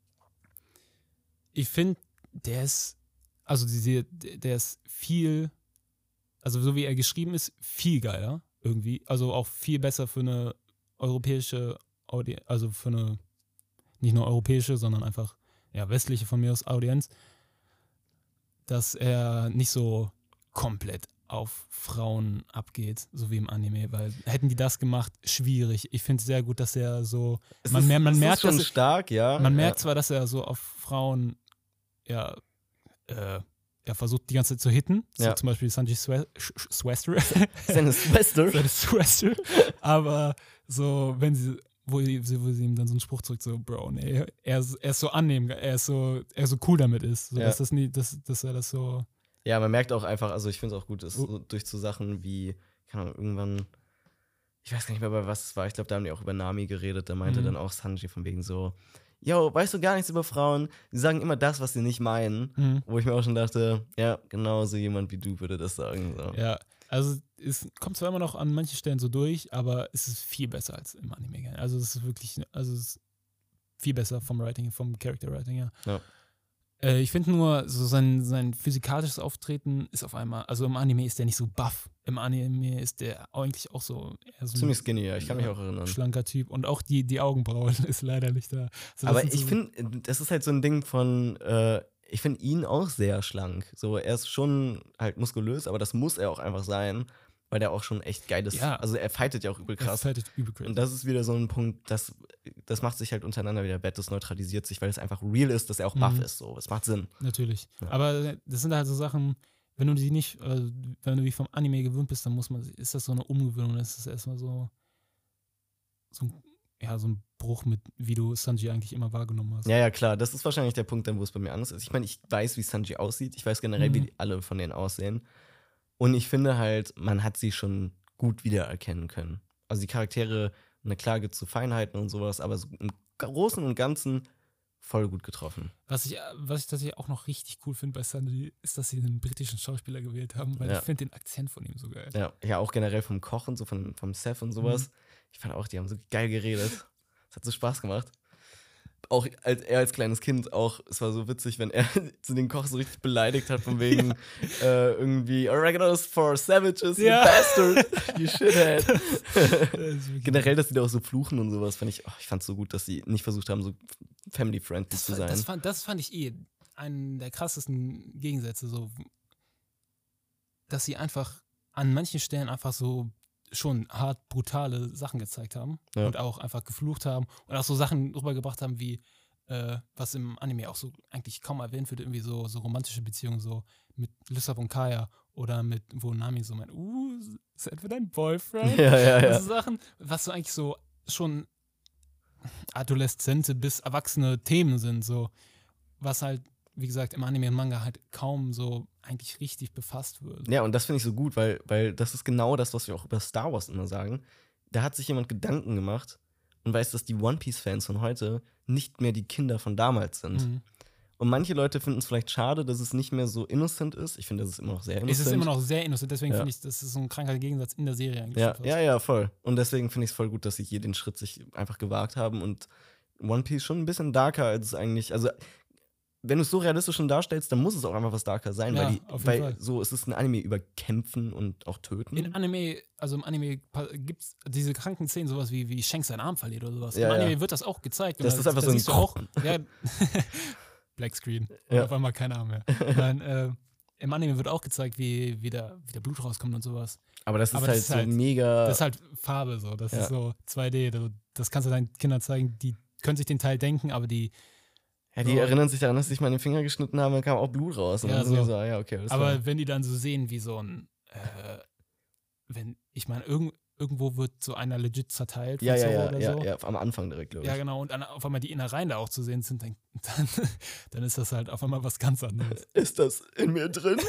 Ich finde, der ist viel, also so wie er geschrieben ist, viel geiler irgendwie. Also auch viel besser für eine europäische Audienz, also für eine nicht nur europäische, sondern einfach westliche von mir aus Audienz, dass er nicht so komplett auf Frauen abgeht, so wie im Anime, weil hätten die das gemacht, schwierig. Ich finde es sehr gut, dass er so, man merkt schon stark, ja. Man merkt zwar, dass er so auf Frauen versucht die ganze Zeit zu hitten, so zum Beispiel Sanji's Schwester. Seine Schwester. Aber so, wenn wo sie ihm dann so einen Spruch zurück, so, Bro, nee, er ist so annehmen, er ist so cool damit ist. So, Ja. dass er das so. Ja, man merkt auch einfach, also ich finde es auch gut, dass so durch so Sachen wie, keine Ahnung, irgendwann, ich weiß gar nicht mehr, bei was es war, ich glaube, da haben die auch über Nami geredet, da meinte dann auch Sanji von wegen so, yo, weißt du gar nichts über Frauen? Sie sagen immer das, was sie nicht meinen. Wo ich mir auch schon dachte, ja, genau so jemand wie du würde das sagen. So. Ja, also es kommt zwar immer noch an manchen Stellen so durch, aber es ist viel besser als im Anime. Also es ist wirklich, also es ist viel besser vom Writing, vom Character Writing, ja. Ich finde nur, so sein physikalisches Auftreten ist auf einmal, also im Anime ist der nicht so buff. Im Anime ist der eigentlich auch so eher so ziemlich skinny, ja, ich kann mich auch erinnern. Schlanker Typ. Und auch die Augenbraue ist leider nicht da. So, aber ich finde, das ist halt so ein Ding von, ich finde ihn auch sehr schlank. So, er ist schon halt muskulös, aber das muss er auch einfach sein, weil der auch schon echt geil ist. Ja. Also er fightet ja auch übel krass. Und das ist wieder so ein Punkt, das macht sich halt untereinander wieder wett, das neutralisiert sich, weil es einfach real ist, dass er auch buff ist. So, es macht Sinn. Natürlich. Ja. Aber das sind halt so Sachen, wenn du die nicht, wenn du wie vom Anime gewöhnt bist, dann ist das so eine Umgewöhnung. Das ist erstmal so ein Bruch mit, wie du Sanji eigentlich immer wahrgenommen hast. Ja, klar. Das ist wahrscheinlich der Punkt, dann, wo es bei mir anders ist. Ich meine, ich weiß, wie Sanji aussieht. Ich weiß generell, wie alle von denen aussehen. Und ich finde halt, man hat sie schon gut wiedererkennen können. Also die Charaktere, klar gibt es so Feinheiten und sowas, aber so im Großen und Ganzen voll gut getroffen. Was ich tatsächlich auch noch richtig cool finde bei Sanji, ist, dass sie einen britischen Schauspieler gewählt haben, weil ich finde den Akzent von ihm so geil. Ja, auch generell vom Kochen, so vom Seth und sowas. Ich fand auch, die haben so geil geredet. Es hat so Spaß gemacht. Auch er als kleines Kind auch, es war so witzig, wenn er zu den Koch so richtig beleidigt hat, von wegen irgendwie Oregano's for savages, you bastard, you shithead. Generell, dass die da auch so fluchen und sowas, ich fand es so gut, dass sie nicht versucht haben, so family-friendly zu sein. Das fand ich einen der krassesten Gegensätze, so, dass sie einfach an manchen Stellen einfach so schon hart brutale Sachen gezeigt haben und auch einfach geflucht haben und auch so Sachen rübergebracht haben wie, was im Anime auch so eigentlich kaum erwähnt wird, irgendwie so romantische Beziehungen, so mit Lissab und Kaya oder mit, wo Nami so meint, ist etwa dein Boyfriend? Ja. So Sachen, was so eigentlich so schon adoleszente bis erwachsene Themen sind, so, was halt, wie gesagt, im Anime und Manga halt kaum so eigentlich richtig befasst wird. Ja, und das finde ich so gut, weil das ist genau das, was wir auch über Star Wars immer sagen. Da hat sich jemand Gedanken gemacht und weiß, dass die One-Piece-Fans von heute nicht mehr die Kinder von damals sind. Und manche Leute finden es vielleicht schade, dass es nicht mehr so innocent ist. Ich finde, das ist immer noch sehr innocent. Es ist immer noch sehr innocent, deswegen finde ich, das ist so ein kranker Gegensatz in der Serie eigentlich. Ja, voll. Und deswegen finde ich es voll gut, dass sie hier den Schritt sich einfach gewagt haben und One Piece schon ein bisschen darker als es eigentlich, also wenn du es so realistisch schon darstellst, dann muss es auch einfach was darker sein, weil so es ist ein Anime über Kämpfen und auch Töten. Im Anime gibt es diese kranken Szenen, sowas wie Shanks seinen Arm verliert oder sowas. Im Anime wird das auch gezeigt. Das ist einfach so ein auch. Black Screen. Und auf einmal kein Arm mehr. Nein, im Anime wird auch gezeigt, wie der Blut rauskommt und sowas. Aber das ist halt so mega. Das ist halt Farbe so. Das ist so 2D. Das kannst du deinen Kindern zeigen, die können sich den Teil denken, aber die erinnern sich daran, dass sich meine Finger geschnitten haben, dann kam auch Blut raus. Und dann so, okay, aber wenn die dann so sehen, wie so ein, ich meine, irgendwo wird so einer legit zerteilt. Ja, am Anfang direkt, glaube ich. Ja, genau, und dann auf einmal die Innereien da auch zu sehen sind, dann ist das halt auf einmal was ganz anderes. Ist das in mir drin?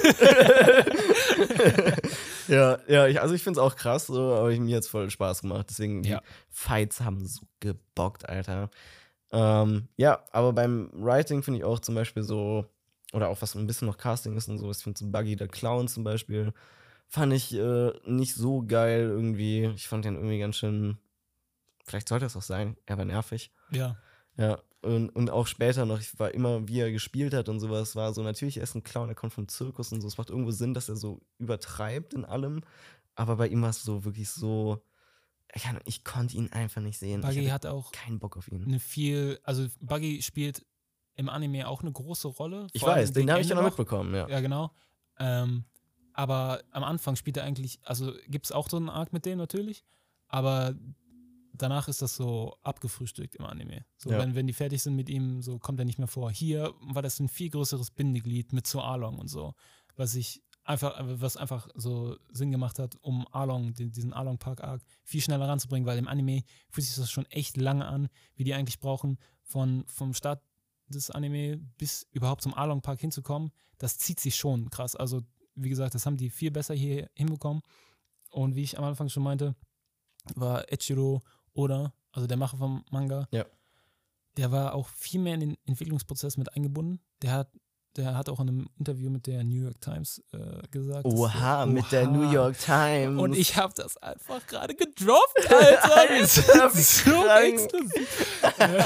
Also ich finde es auch krass, so, aber mir hat es voll Spaß gemacht. Deswegen, die Fights haben so gebockt, Alter. Aber beim Writing finde ich auch zum Beispiel so, oder auch was ein bisschen noch Casting ist und so, ich finde so Buggy the Clown zum Beispiel, fand ich nicht so geil irgendwie. Ich fand den irgendwie ganz schön, vielleicht sollte es auch sein, er war nervig. Ja. Ja, und auch später noch, ich war immer, wie er gespielt hat und sowas, war so, natürlich, er ist ein Clown, er kommt vom Zirkus und so, es macht irgendwo Sinn, dass er so übertreibt in allem, aber bei ihm war es so wirklich so, ich konnte ihn einfach nicht sehen. Buggy hat auch keinen Bock auf ihn. Buggy spielt im Anime auch eine große Rolle. Ich weiß, den habe ich ja noch mitbekommen, ja. Ja, genau. Aber am Anfang spielt er eigentlich, also gibt es auch so einen Arc mit dem natürlich, aber danach ist das so abgefrühstückt im Anime. So, wenn die fertig sind mit ihm, so kommt er nicht mehr vor. Hier war das ein viel größeres Bindeglied mit Zo Along und so, was ich was einfach so Sinn gemacht hat, um Arlong, diesen Arlong Park Arc viel schneller ranzubringen, weil im Anime fühlt sich das schon echt lange an, wie die eigentlich brauchen, vom Start des Anime bis überhaupt zum Arlong Park hinzukommen. Das zieht sich schon krass. Also, wie gesagt, das haben die viel besser hier hinbekommen. Und wie ich am Anfang schon meinte, war Eiichiro Oda, also der Macher vom Manga, der war auch viel mehr in den Entwicklungsprozess mit eingebunden. Der hat auch in einem Interview mit der New York Times gesagt. Oha, mit der New York Times. Und ich habe das einfach gerade gedroppt, Alter. Das ist so exklusiv.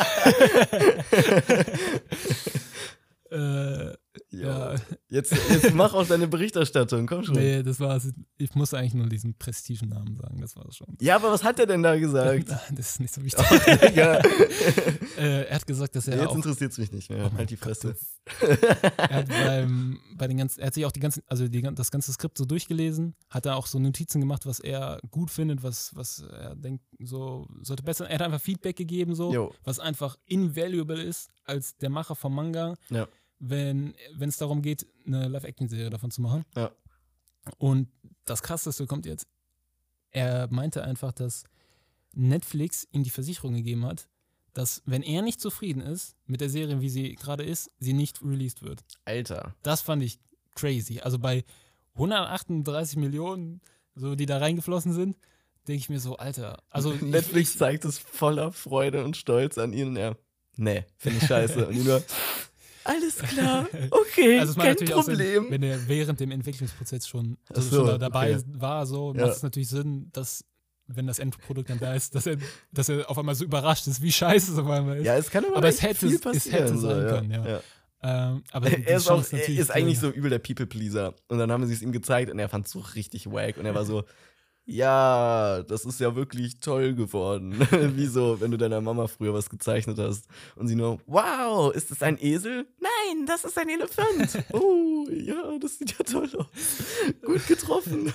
Ja. Jetzt mach auch deine Berichterstattung, komm schon. Nee, das war's. Ich muss eigentlich nur diesen Prestigenamen sagen, das war's schon. Ja, aber was hat er denn da gesagt? Das ist nicht so wichtig. Er hat gesagt, dass er Jetzt auch... interessiert es mich nicht mehr, halt die Fresse. Er hat er hat sich auch das ganze Skript so durchgelesen, hat da auch so Notizen gemacht, was er gut findet, was er denkt, so sollte besser. Er hat einfach Feedback gegeben, so, was einfach invaluable ist als der Macher vom Manga. Ja. Wenn es darum geht, eine Live-Action-Serie davon zu machen. Ja. Und das Krasseste kommt jetzt. Er meinte einfach, dass Netflix ihm die Versicherung gegeben hat, dass, wenn er nicht zufrieden ist mit der Serie, wie sie gerade ist, sie nicht released wird. Alter. Das fand ich crazy. Also bei 138 Millionen, so, die da reingeflossen sind, denke ich mir so, Alter. Also Netflix zeigt es voller Freude und Stolz an ihn und er, nee, finde ich scheiße. Und ihn nur, alles klar, okay, also kein Problem. Sinn, wenn er während dem Entwicklungsprozess schon dabei war, so, macht es natürlich Sinn, dass, wenn das Endprodukt dann da ist, dass er auf einmal so überrascht ist, wie scheiße es auf einmal ist. Ja, es kann aber es hätte sein können, ja. Aber er ist eigentlich so übel der People-Pleaser. Und dann haben sie es ihm gezeigt und er fand es so richtig wack. Und er war so, ja, das ist ja wirklich toll geworden. Wie so, wenn du deiner Mama früher was gezeichnet hast und sie nur, wow, ist das ein Esel? Nein, das ist ein Elefant. Oh, ja, das sieht ja toll aus. Gut getroffen.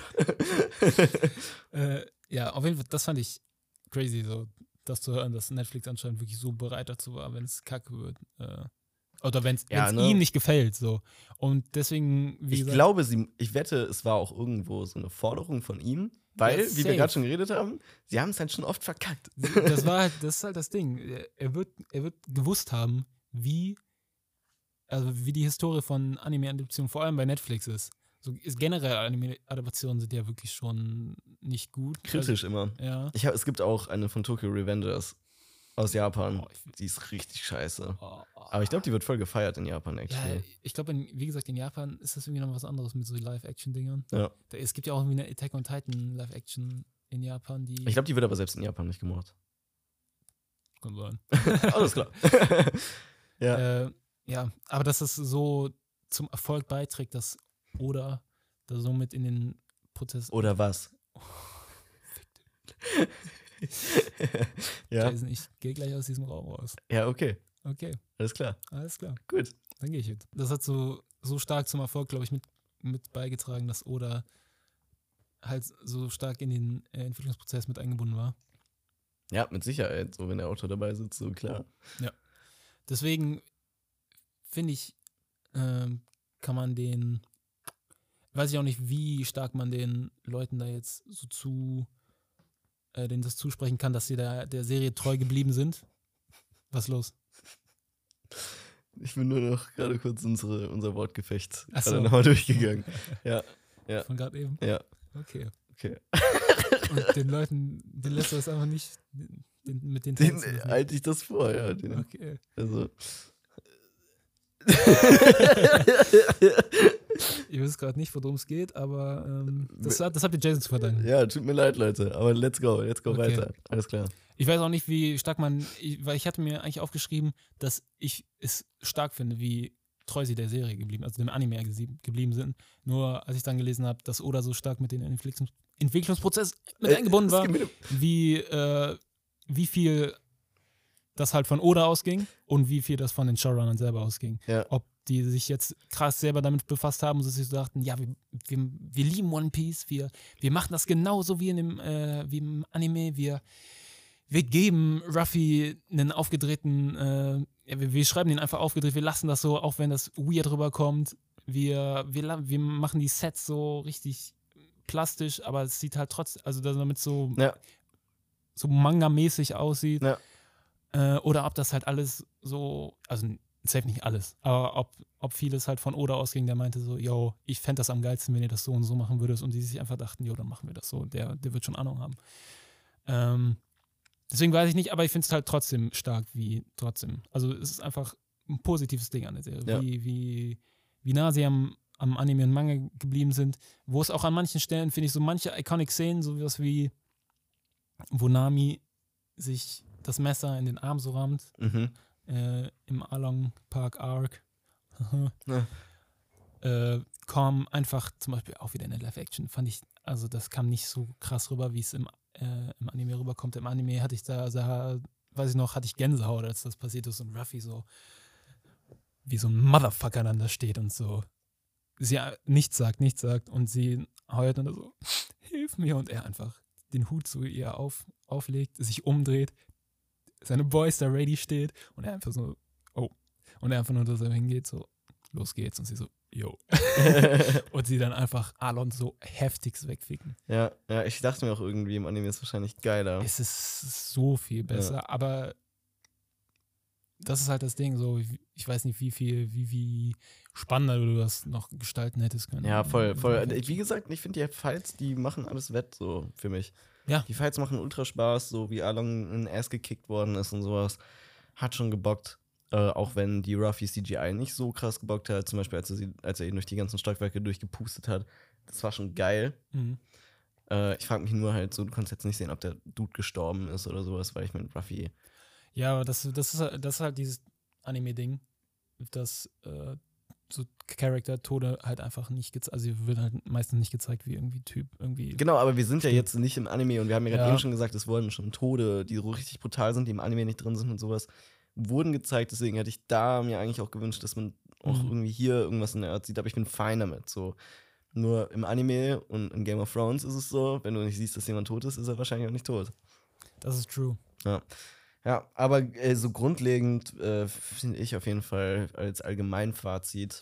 Ja, auf jeden Fall, das fand ich crazy, so, das zu hören, dass Netflix anscheinend wirklich so bereit dazu war, wenn es kacke wird. Oder wenn es ihm nicht gefällt, so. Und deswegen, wie gesagt, ich wette, es war auch irgendwo so eine Forderung von ihm, weil, wie wir gerade schon geredet haben, sie haben es halt schon oft verkackt. Das ist halt das Ding. Er wird gewusst haben, wie die Historie von Anime-Adaptionen vor allem bei Netflix ist. So generell Anime-Adaptionen sind ja wirklich schon nicht gut. Kritisch immer. Ja. Es gibt auch eine von Tokyo Revengers aus Japan. Die ist richtig scheiße. Aber ich glaube, die wird voll gefeiert in Japan, actually. Ja, ich glaube, wie gesagt, in Japan ist das irgendwie noch was anderes mit so Live-Action-Dingern. Ja. Es gibt ja auch irgendwie eine Attack on Titan Live-Action in Japan, die... Ich glaube, die wird aber selbst in Japan nicht gemacht. Kann sein. Alles klar. Ja, aber dass es so zum Erfolg beiträgt, dass Oda da so mit in den Prozess... Oder was? Ja. Jason, ich gehe gleich aus diesem Raum raus. Ja, okay. Okay. Alles klar. Gut. Dann gehe ich jetzt. Das hat so stark zum Erfolg, glaube ich, mit beigetragen, dass Oda halt so stark in den Entwicklungsprozess mit eingebunden war. Ja, mit Sicherheit. So, wenn der Autor dabei sitzt, so klar. Ja. Deswegen finde ich, kann man weiß ich auch nicht, wie stark man den Leuten da jetzt so denen das zusprechen kann, dass sie der Serie treu geblieben sind. Was ist los? Ich bin nur noch gerade kurz unser Wortgefecht gerade nochmal durchgegangen. Ja. Von gerade eben? Ja. Okay. Und den Leuten, den lässt du das einfach nicht mit den Tänzen halte ich das vor, ja. Okay. Also. Ich weiß gerade nicht, worum es geht, aber das habt ihr Jason zu verdanken. Ja, tut mir leid, Leute, aber let's go weiter. Alles klar. Ich weiß auch nicht, wie stark weil ich hatte mir eigentlich aufgeschrieben, dass ich es stark finde, wie treu sie der Serie geblieben, also dem Anime geblieben sind. Nur als ich dann gelesen habe, dass Oda so stark mit den Entwicklungsprozess mit eingebunden war, wie viel das halt von Oda ausging und wie viel das von den Showrunnern selber ausging. Ja. Ob die sich jetzt krass selber damit befasst haben, dass sie so dachten, ja, wir lieben One Piece, wir machen das genauso wie im Anime, wir geben Ruffy einen aufgedrehten, wir schreiben den einfach aufgedreht, wir lassen das so, auch wenn das weird rüberkommt, wir machen die Sets so richtig plastisch, aber es sieht halt trotzdem, also damit so Manga-mäßig aussieht. Ja. Oder ob das halt alles so, also safe nicht alles, aber ob vieles halt von Oda ausging, der meinte so, yo, ich fände das am geilsten, wenn ihr das so und so machen würdet, und die sich einfach dachten, yo, dann machen wir das so, der wird schon Ahnung haben. Deswegen weiß ich nicht, aber ich finde es halt trotzdem stark, also es ist einfach ein positives Ding an der Serie, Ja. wie nah sie am Anime und Manga geblieben sind, wo es auch an manchen Stellen, finde ich, so manche iconic Szenen, so was wie wo Nami sich das Messer in den Arm so rammt, Mhm. im Along Park Arc. Ja. Kommen einfach zum Beispiel auch wieder in der Live-Action, fand ich, also das kam nicht so krass rüber, wie es im Anime rüberkommt. Im Anime hatte ich hatte ich Gänsehaut, als das passiert ist und Ruffy so wie so ein Motherfucker dann da steht und so sie nichts sagt und sie heult und so, hilf mir, und er einfach den Hut zu ihr auflegt, sich umdreht, seine Boys da ready steht und er einfach so, oh, und er einfach nur so hingeht, so, los geht's, und sie so, yo. Und sie dann einfach Alon so heftigst wegficken. Ja, ich dachte mir auch irgendwie, im Anime ist wahrscheinlich geiler. Es ist so viel besser, aber das ist halt das Ding, so, ich weiß nicht, wie spannender du das noch gestalten hättest können. Ja, voll. Wie gesagt, ich finde die Fights, die machen alles wett, so für mich. Ja. Die Fights machen ultra Spaß, so wie Along in den Ass gekickt worden ist und sowas. Hat schon gebockt. Auch wenn die Ruffy CGI nicht so krass gebockt hat, zum Beispiel als er ihn durch die ganzen Stockwerke durchgepustet hat. Das war schon geil. Mhm. Ich frage mich nur halt so, du kannst jetzt nicht sehen, ob der Dude gestorben ist oder sowas, weil ich mit Ruffy. Ja, aber das ist halt dieses Anime-Ding, dass so Charakter-Tode halt einfach nicht gezeigt, also sie wird halt meistens nicht gezeigt, wie irgendwie Typ irgendwie. Genau, aber wir sind ja jetzt nicht im Anime und wir haben ja gerade Ja. eben schon gesagt, es wurden schon Tode, die so richtig brutal sind, die im Anime nicht drin sind und sowas, wurden gezeigt. Deswegen hätte ich da mir eigentlich auch gewünscht, dass man auch irgendwie hier irgendwas in der Art sieht, aber ich bin fein damit. So. Nur im Anime und in Game of Thrones ist es so, wenn du nicht siehst, dass jemand tot ist, ist er wahrscheinlich auch nicht tot. Das ist true. Ja, aber so grundlegend finde ich auf jeden Fall als Allgemeinfazit,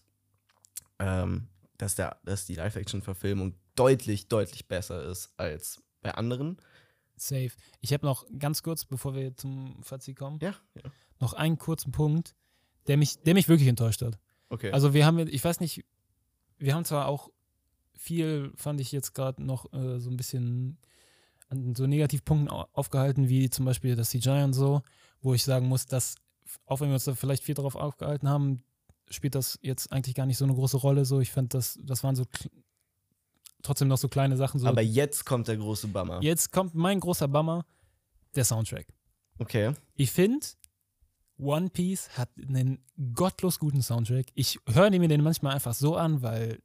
dass die Live-Action-Verfilmung deutlich, deutlich besser ist als bei anderen. Safe. Ich habe noch ganz kurz, bevor wir zum Fazit kommen, Ja. noch einen kurzen Punkt, der mich wirklich enttäuscht hat. Okay. Also ich weiß nicht, wir haben zwar auch viel, fand ich jetzt gerade noch so ein bisschen an so Negativpunkten aufgehalten, wie zum Beispiel das CGI und so, wo ich sagen muss, dass, auch wenn wir uns da vielleicht viel drauf aufgehalten haben, spielt das jetzt eigentlich gar nicht so eine große Rolle. So, ich fand, das waren so trotzdem noch so kleine Sachen. So. Aber jetzt kommt der große Bummer. Jetzt kommt mein großer Bummer, der Soundtrack. Okay. Ich finde, One Piece hat einen gottlos guten Soundtrack. Ich höre mir den manchmal einfach so an, weil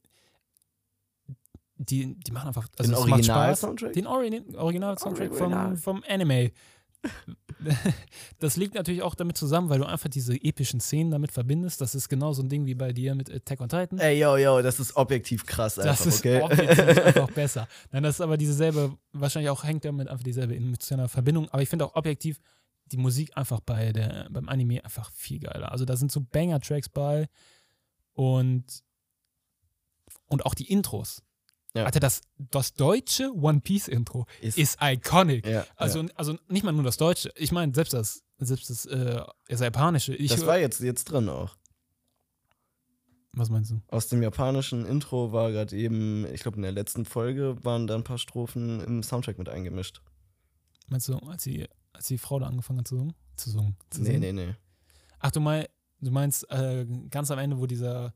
die machen einfach, also Den es macht Spaß. Original-Soundtrack? Den Original-Soundtrack Original. vom Anime. Das liegt natürlich auch damit zusammen, weil du einfach diese epischen Szenen damit verbindest. Das ist genau so ein Ding wie bei dir mit Attack on Titan. Ey, yo, das ist objektiv krass einfach, Das ist okay? objektiv einfach besser. Nein, das ist aber dieselbe, wahrscheinlich auch hängt damit einfach dieselbe emotionale Verbindung. Aber ich finde auch objektiv die Musik einfach beim Anime einfach viel geiler. Also da sind so Banger-Tracks bei und auch die Intros. Ja. Alter, das deutsche One Piece Intro ist iconic. Ja, also nicht mal nur das deutsche. Ich meine, selbst das japanische. das war jetzt drin auch. Was meinst du? Aus dem japanischen Intro war gerade eben, ich glaube in der letzten Folge waren da ein paar Strophen im Soundtrack mit eingemischt. Meinst du, als die Frau da angefangen hat zu singen? Nee. Ach, du meinst ganz am Ende, wo dieses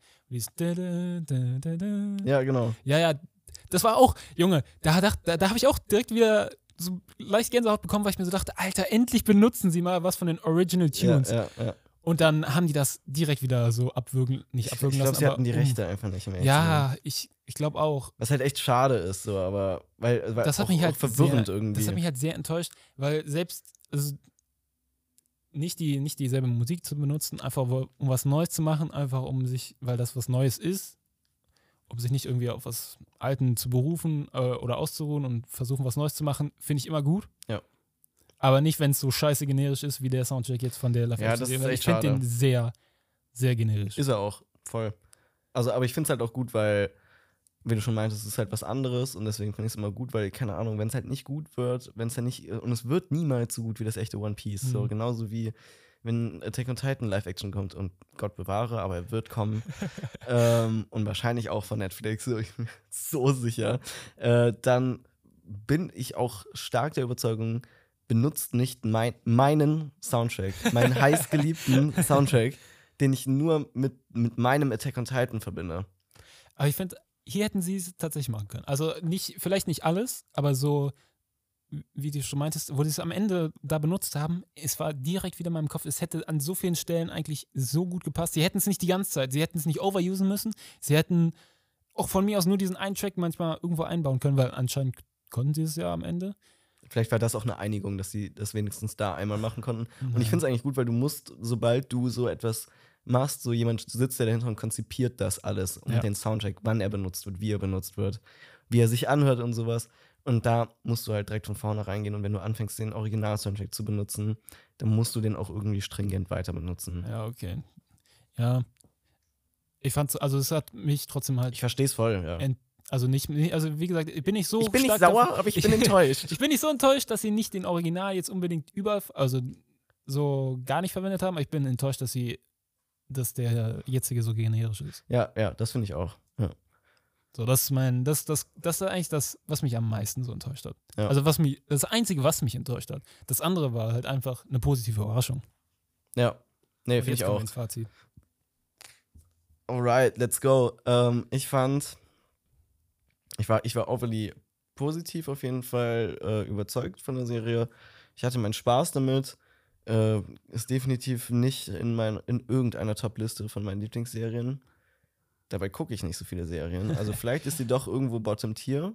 Ja, genau. Ja, das war auch, Junge, da habe ich auch direkt wieder so leicht Gänsehaut bekommen, weil ich mir so dachte, Alter, endlich benutzen sie mal was von den Original Tunes. Ja. Und dann haben die das direkt wieder so nicht abwürgen Ich lassen. glaube, sie hatten die Rechte einfach nicht mehr. Ja, ich glaube auch. Was halt echt schade ist, so, aber weil Das hat auch, mich halt auch verwirrend sehr, irgendwie. Das hat mich halt sehr enttäuscht, weil selbst nicht dieselbe Musik zu benutzen, einfach um was Neues zu machen, einfach weil das was Neues ist, um sich nicht irgendwie auf was Alten zu berufen oder auszuruhen und versuchen, was Neues zu machen, finde ich immer gut. Ja. Aber nicht, wenn es so scheiße generisch ist, wie der Soundtrack jetzt von der Ja, das ist echt Ich finde schade. den sehr, sehr generisch. Ist er auch, voll. Also, aber ich finde es halt auch gut, weil, wie du schon meintest, es ist halt was anderes und deswegen finde ich es immer gut, weil, keine Ahnung, wenn es halt nicht gut wird, wenn es ja nicht, und es wird niemals so gut wie das echte One Piece. So, Mhm. genauso wie wenn Attack on Titan Live-Action kommt und Gott bewahre, aber er wird kommen. Und wahrscheinlich auch von Netflix, so, ich bin mir so sicher. Dann bin ich auch stark der Überzeugung, benutzt nicht meinen Soundtrack, meinen heißgeliebten Soundtrack, den ich nur mit meinem Attack on Titan verbinde. Aber ich finde, hier hätten sie es tatsächlich machen können. Also vielleicht nicht alles, aber so, wie du schon meintest, wo sie es am Ende da benutzt haben, es war direkt wieder in meinem Kopf, es hätte an so vielen Stellen eigentlich so gut gepasst. Sie hätten es nicht die ganze Zeit, sie hätten es nicht overusen müssen, sie hätten auch von mir aus nur diesen einen Track manchmal irgendwo einbauen können, weil anscheinend konnten sie es ja am Ende. Vielleicht war das auch eine Einigung, dass sie das wenigstens da einmal machen konnten. Und ich Ja. finde es eigentlich gut, weil du musst, sobald du so etwas machst, so jemand sitzt ja dahinter und konzipiert das alles und Ja. den Soundtrack, wann er benutzt wird, wie er benutzt wird, wie er sich anhört und sowas. Und da musst du halt direkt von vorne reingehen und wenn du anfängst, den Original-Soundtrack zu benutzen, dann musst du den auch irgendwie stringent weiter benutzen. Ja, okay. Ja. Ich fand's, also es hat mich trotzdem halt, Ich verstehe es voll, ja. also also wie gesagt, ich bin nicht so Ich bin nicht stark sauer, davon- aber ich bin enttäuscht. Ich bin nicht so enttäuscht, dass sie nicht den Original jetzt unbedingt also so gar nicht verwendet haben, aber ich bin enttäuscht, dass der jetzige so generisch ist. Ja, das finde ich auch. Ja. So, das ist eigentlich das, was mich am meisten so enttäuscht hat. Ja. Also das Einzige, was mich enttäuscht hat. Das andere war halt einfach eine positive Überraschung. Ja. Nee, Und finde jetzt ich kommen wir auch. ins Fazit. Alright, let's go. Ich war overly positiv auf jeden Fall überzeugt von der Serie. Ich hatte meinen Spaß damit. Ist definitiv nicht in irgendeiner Top-Liste von meinen Lieblingsserien. Dabei gucke ich nicht so viele Serien. Also vielleicht ist sie doch irgendwo Bottom-Tier.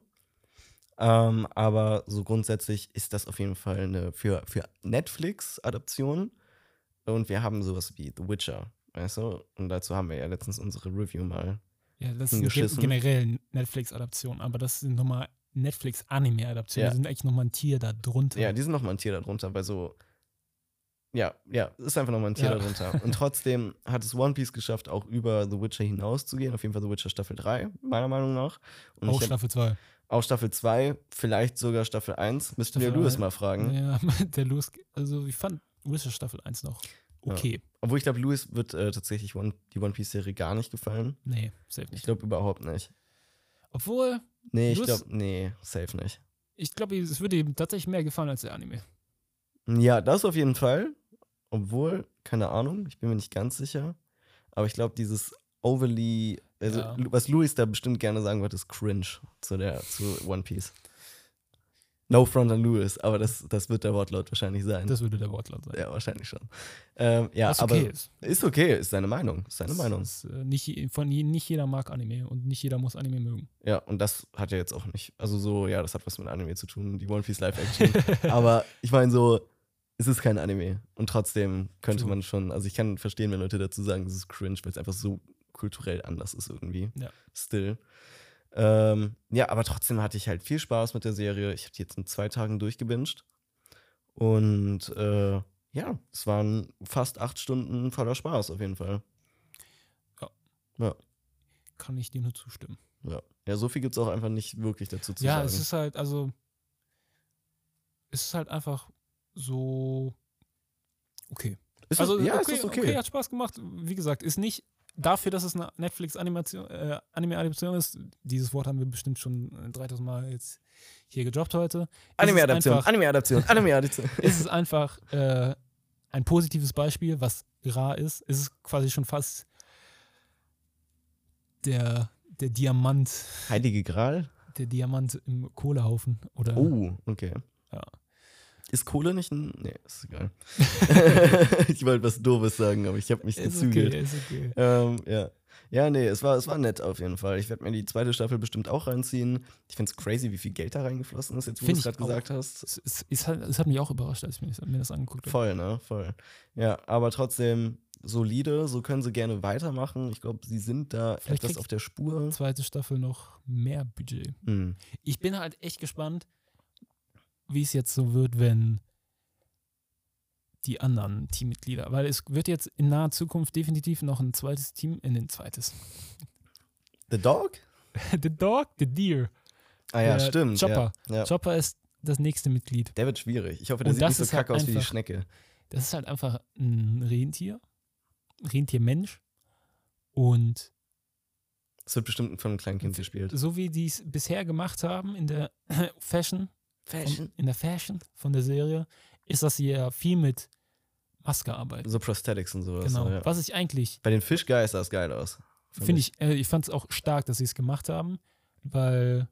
Aber so grundsätzlich ist das auf jeden Fall eine für Netflix-Adaption. Und wir haben sowas wie The Witcher, weißt du? Und dazu haben wir ja letztens unsere Review mal. Ja, das ist Hingeschissen. generell Netflix-Adaption, aber das sind nochmal Netflix-Anime-Adaptionen. Ja. Die sind eigentlich nochmal ein Tier da drunter. Ja, die sind nochmal ein Tier darunter, weil so. Ja, ist einfach nochmal ein Tier Ja. darunter. Und trotzdem hat es One Piece geschafft, auch über The Witcher hinauszugehen. Auf jeden Fall The Witcher Staffel 3, meiner Meinung nach. Und Auch ich hab Staffel 2. auch Staffel 2, vielleicht sogar Staffel 1. Müssten wir Staffel Louis 1. mal fragen. Ja, der Louis, also ich fand Witcher Staffel 1 noch okay. Obwohl ich glaube, Louis wird tatsächlich die One Piece-Serie gar nicht gefallen. Nee, safe Ich nicht. glaube überhaupt nicht. Obwohl, Nee, ich Louis- glaube, nee, safe nicht. ich glaube, es würde ihm tatsächlich mehr gefallen als der Anime. Ja, das auf jeden Fall. Obwohl, keine Ahnung, ich bin mir nicht ganz sicher. Aber ich glaube, dieses overly, also Ja. was Louis da bestimmt gerne sagen wird, ist cringe zu One Piece. No front an Louis, aber das wird der Wortlaut wahrscheinlich sein. Das würde der Wortlaut sein. Ja, wahrscheinlich schon. Ja, Was aber okay ist. ist okay, ist seine Meinung. Ist seine Meinung. Nicht jeder mag Anime und nicht jeder muss Anime mögen. Ja, und das hat ja jetzt auch nicht, also so, ja, das hat was mit Anime zu tun, die One Piece Live-Action. Aber ich meine so, es ist kein Anime. Und trotzdem könnte True. man schon, also ich kann verstehen, wenn Leute dazu sagen, das ist cringe, weil es einfach so kulturell anders ist irgendwie. Ja. Still. Ja, aber trotzdem hatte ich halt viel Spaß mit der Serie. Ich habe die jetzt in 2 Tagen durchgebinged. Und ja, es waren fast 8 Stunden voller Spaß auf jeden Fall. Kann ich dir nur zustimmen. Ja, so viel gibt es auch einfach nicht wirklich dazu zu Ja, sagen. es ist halt, einfach so okay. Ist Also es, ja, okay, es ist okay. hat Spaß gemacht. Wie gesagt, ist nicht dafür, dass es eine Netflix-Anime-Adaption ist. Dieses Wort haben wir bestimmt schon 3000 Mal jetzt hier gedroppt heute. Anime-Adaption, Ist es einfach ein positives Beispiel, was rar ist. Es ist quasi schon fast der Diamant, Heilige Gral? der Diamant im Kohlehaufen. Oder Oh, okay. Ja. Ist Kohle nicht ein. Nee, ist egal. Ich wollte was Doofes sagen, aber ich habe mich ist gezügelt. okay, ist okay. Ja. Ja, nee, es war nett auf jeden Fall. Ich werde mir die 2. Staffel bestimmt auch reinziehen. Ich finde es crazy, wie viel Geld da reingeflossen ist, jetzt wo du Find es ich gerade gesagt hast. Es hat mich auch überrascht, als ich mir das angeguckt habe. Voll, ne? Voll. Ja, aber trotzdem solide, so können sie gerne weitermachen. Ich glaube, sie sind da Vielleicht etwas kriegt auf der Spur. Zweite Staffel noch mehr Budget. Hm. Ich bin halt echt gespannt, wie es jetzt so wird, wenn die anderen Teammitglieder, weil es wird jetzt in naher Zukunft definitiv noch ein zweites Team, The Dog? The Dog, the Deer. Ah ja, Der stimmt. Chopper. Ja. Chopper ist das nächste Mitglied. Der wird schwierig. Ich hoffe, der Und sieht das nicht so ist halt kacke aus wie die einfach- Schnecke. Das ist halt einfach ein Rentiermensch. Und Das wird bestimmt von einem kleinen Kind gespielt. so wie die es bisher gemacht haben in der Fashion von der Serie, ist, dass sie ja viel mit Maske arbeiten. So Prosthetics und sowas. Genau. Ja. Was ich eigentlich, Bei den Fish Guys sah es geil aus. ich fand es auch stark, dass sie es gemacht haben, weil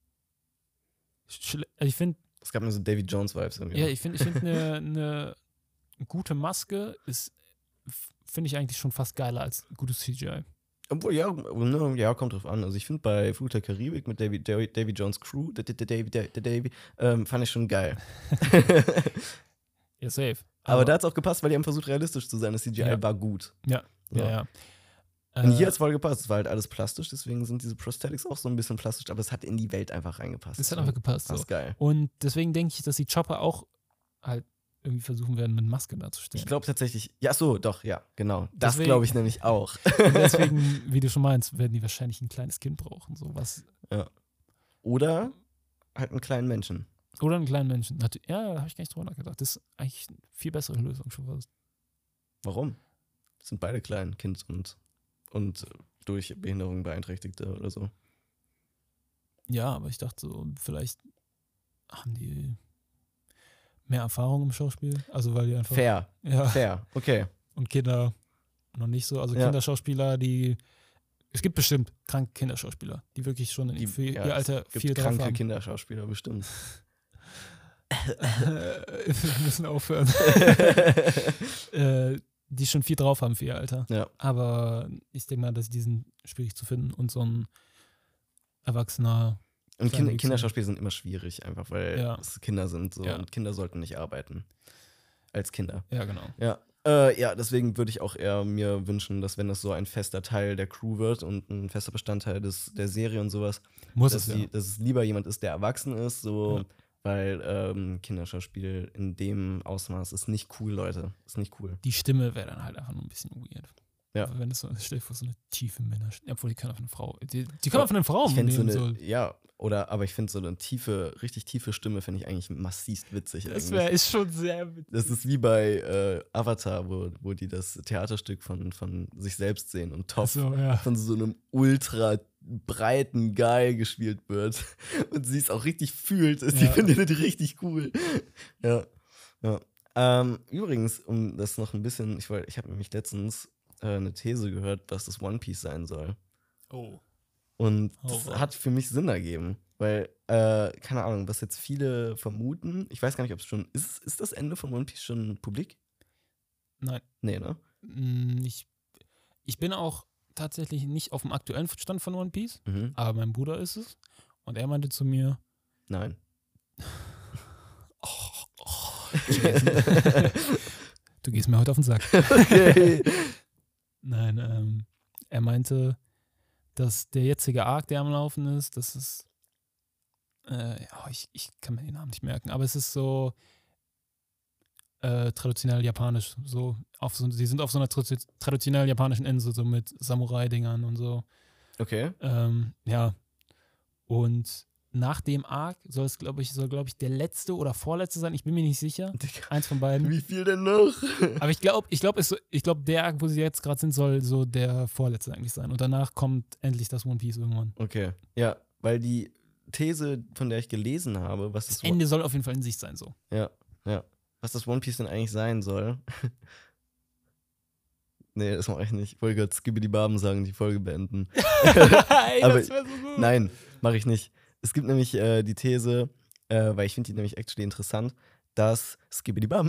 ich finde, Es gab mir so Davy Jones-Vibes irgendwie. ja, ich finde eine gute Maske ist, finde ich eigentlich schon fast geiler als gutes CGI. Obwohl, ja, kommt drauf an. Also ich finde bei Fluch der Karibik mit Davy Jones Crew, Davy, fand ich schon geil. Ja, safe. Aber da hat es auch gepasst, weil die haben versucht, realistisch zu sein. Das CGI Ja. war gut. Ja. So. Ja. Und hier hat es voll gepasst. Es war halt alles plastisch, deswegen sind diese Prosthetics auch so ein bisschen plastisch, aber es hat in die Welt einfach reingepasst. Es hat einfach gepasst. Das So. ist geil. Und deswegen denke ich, dass die Chopper auch halt irgendwie versuchen werden, mit Maske darzustellen. Ich glaube tatsächlich, ja, so, doch, ja, genau. Das Deswegen- glaube ich nämlich auch. Und deswegen, wie du schon meinst, werden die wahrscheinlich ein kleines Kind brauchen. So was. Oder halt einen kleinen Menschen. Oder einen kleinen Menschen. Ja, da habe ich gar nicht drüber nachgedacht. Das ist eigentlich eine viel bessere Lösung schon fast. Warum? Das sind beide klein, Kind und durch Behinderung Beeinträchtigte oder so. Ja, aber ich dachte so, vielleicht haben die mehr Erfahrung im Schauspiel. Also weil die einfach. Fair, Ja. okay. Und Kinder noch nicht so. Also Ja. Kinderschauspieler, es gibt bestimmt kranke Kinderschauspieler, die wirklich schon für ihr Alter es gibt viel drauf kranke haben. Kinderschauspieler bestimmt. Wir müssen aufhören. Die schon viel drauf haben für ihr Alter. Ja. Aber ich denke mal, dass die sind schwierig zu finden und so ein Erwachsener. Und Kleine Wichser. Kinderschauspieler sind immer schwierig, einfach weil Ja. es Kinder sind so Ja. und Kinder sollten nicht arbeiten. Als Kinder. Ja, genau. Ja, deswegen würde ich auch eher mir wünschen, dass wenn das so ein fester Teil der Crew wird und ein fester Bestandteil der Serie und sowas, Muss dass, es ja. dass es lieber jemand ist, der erwachsen ist, so, Ja. weil Kinderschauspiel in dem Ausmaß ist nicht cool, Leute. Ist nicht cool. Die Stimme wäre dann halt einfach nur ein bisschen weird. Ja. Aber wenn es so, stell dir vor, so eine tiefe Männerstimme. Obwohl, die können auch von einer Frau. Die können auch von einer Frau Ich finde nehmen. so eine, aber ich finde so eine richtig tiefe Stimme finde ich eigentlich massivst witzig. Das eigentlich. ist schon sehr witzig. Das ist wie bei Avatar, wo die das Theaterstück von sich selbst sehen und Toph So, ja. von so einem ultra breiten Guy gespielt wird und sie es auch richtig fühlt. Die Ja. findet die richtig cool. Ja. Übrigens, um das noch ein bisschen, ich habe nämlich letztens eine These gehört, was das One Piece sein soll. Oh. Und Oh, das wow. hat für mich Sinn ergeben. Weil, keine Ahnung, was jetzt viele vermuten, ich weiß gar nicht, ob es schon, ist das Ende von One Piece schon publik? Nein. Nee, ne? Ich bin auch tatsächlich nicht auf dem aktuellen Stand von One Piece, Mhm. aber mein Bruder ist es. Und er meinte zu mir, Nein. du gehst mir heute auf den Sack. Okay. Nein, er meinte, dass der jetzige Arc, der am Laufen ist, das ist, ich kann mir den Namen nicht merken, aber es ist so traditionell japanisch, sie sind auf so einer traditionell japanischen Insel, so mit Samurai-Dingern und so. Okay. Ja. Und nach dem Arc soll, glaube ich, der letzte oder vorletzte sein. Ich bin mir nicht sicher. Eins von beiden. Wie viel denn noch? Aber ich glaube, der Arc, wo sie jetzt gerade sind, soll so der vorletzte eigentlich sein. Und danach kommt endlich das One Piece irgendwann. Okay. Ja, weil die These, von der ich gelesen habe, was Das Ende soll auf jeden Fall in Sicht sein, so. Ja. Was das One Piece denn eigentlich sein soll. Nee, das mache ich nicht. Ich wollte gerade Skibidi Baben sagen, die Folge beenden. Ey, Aber- das wäre so gut. Nein, mache ich nicht. Es gibt nämlich die These, weil ich finde die nämlich actually interessant, dass Skibidi Bam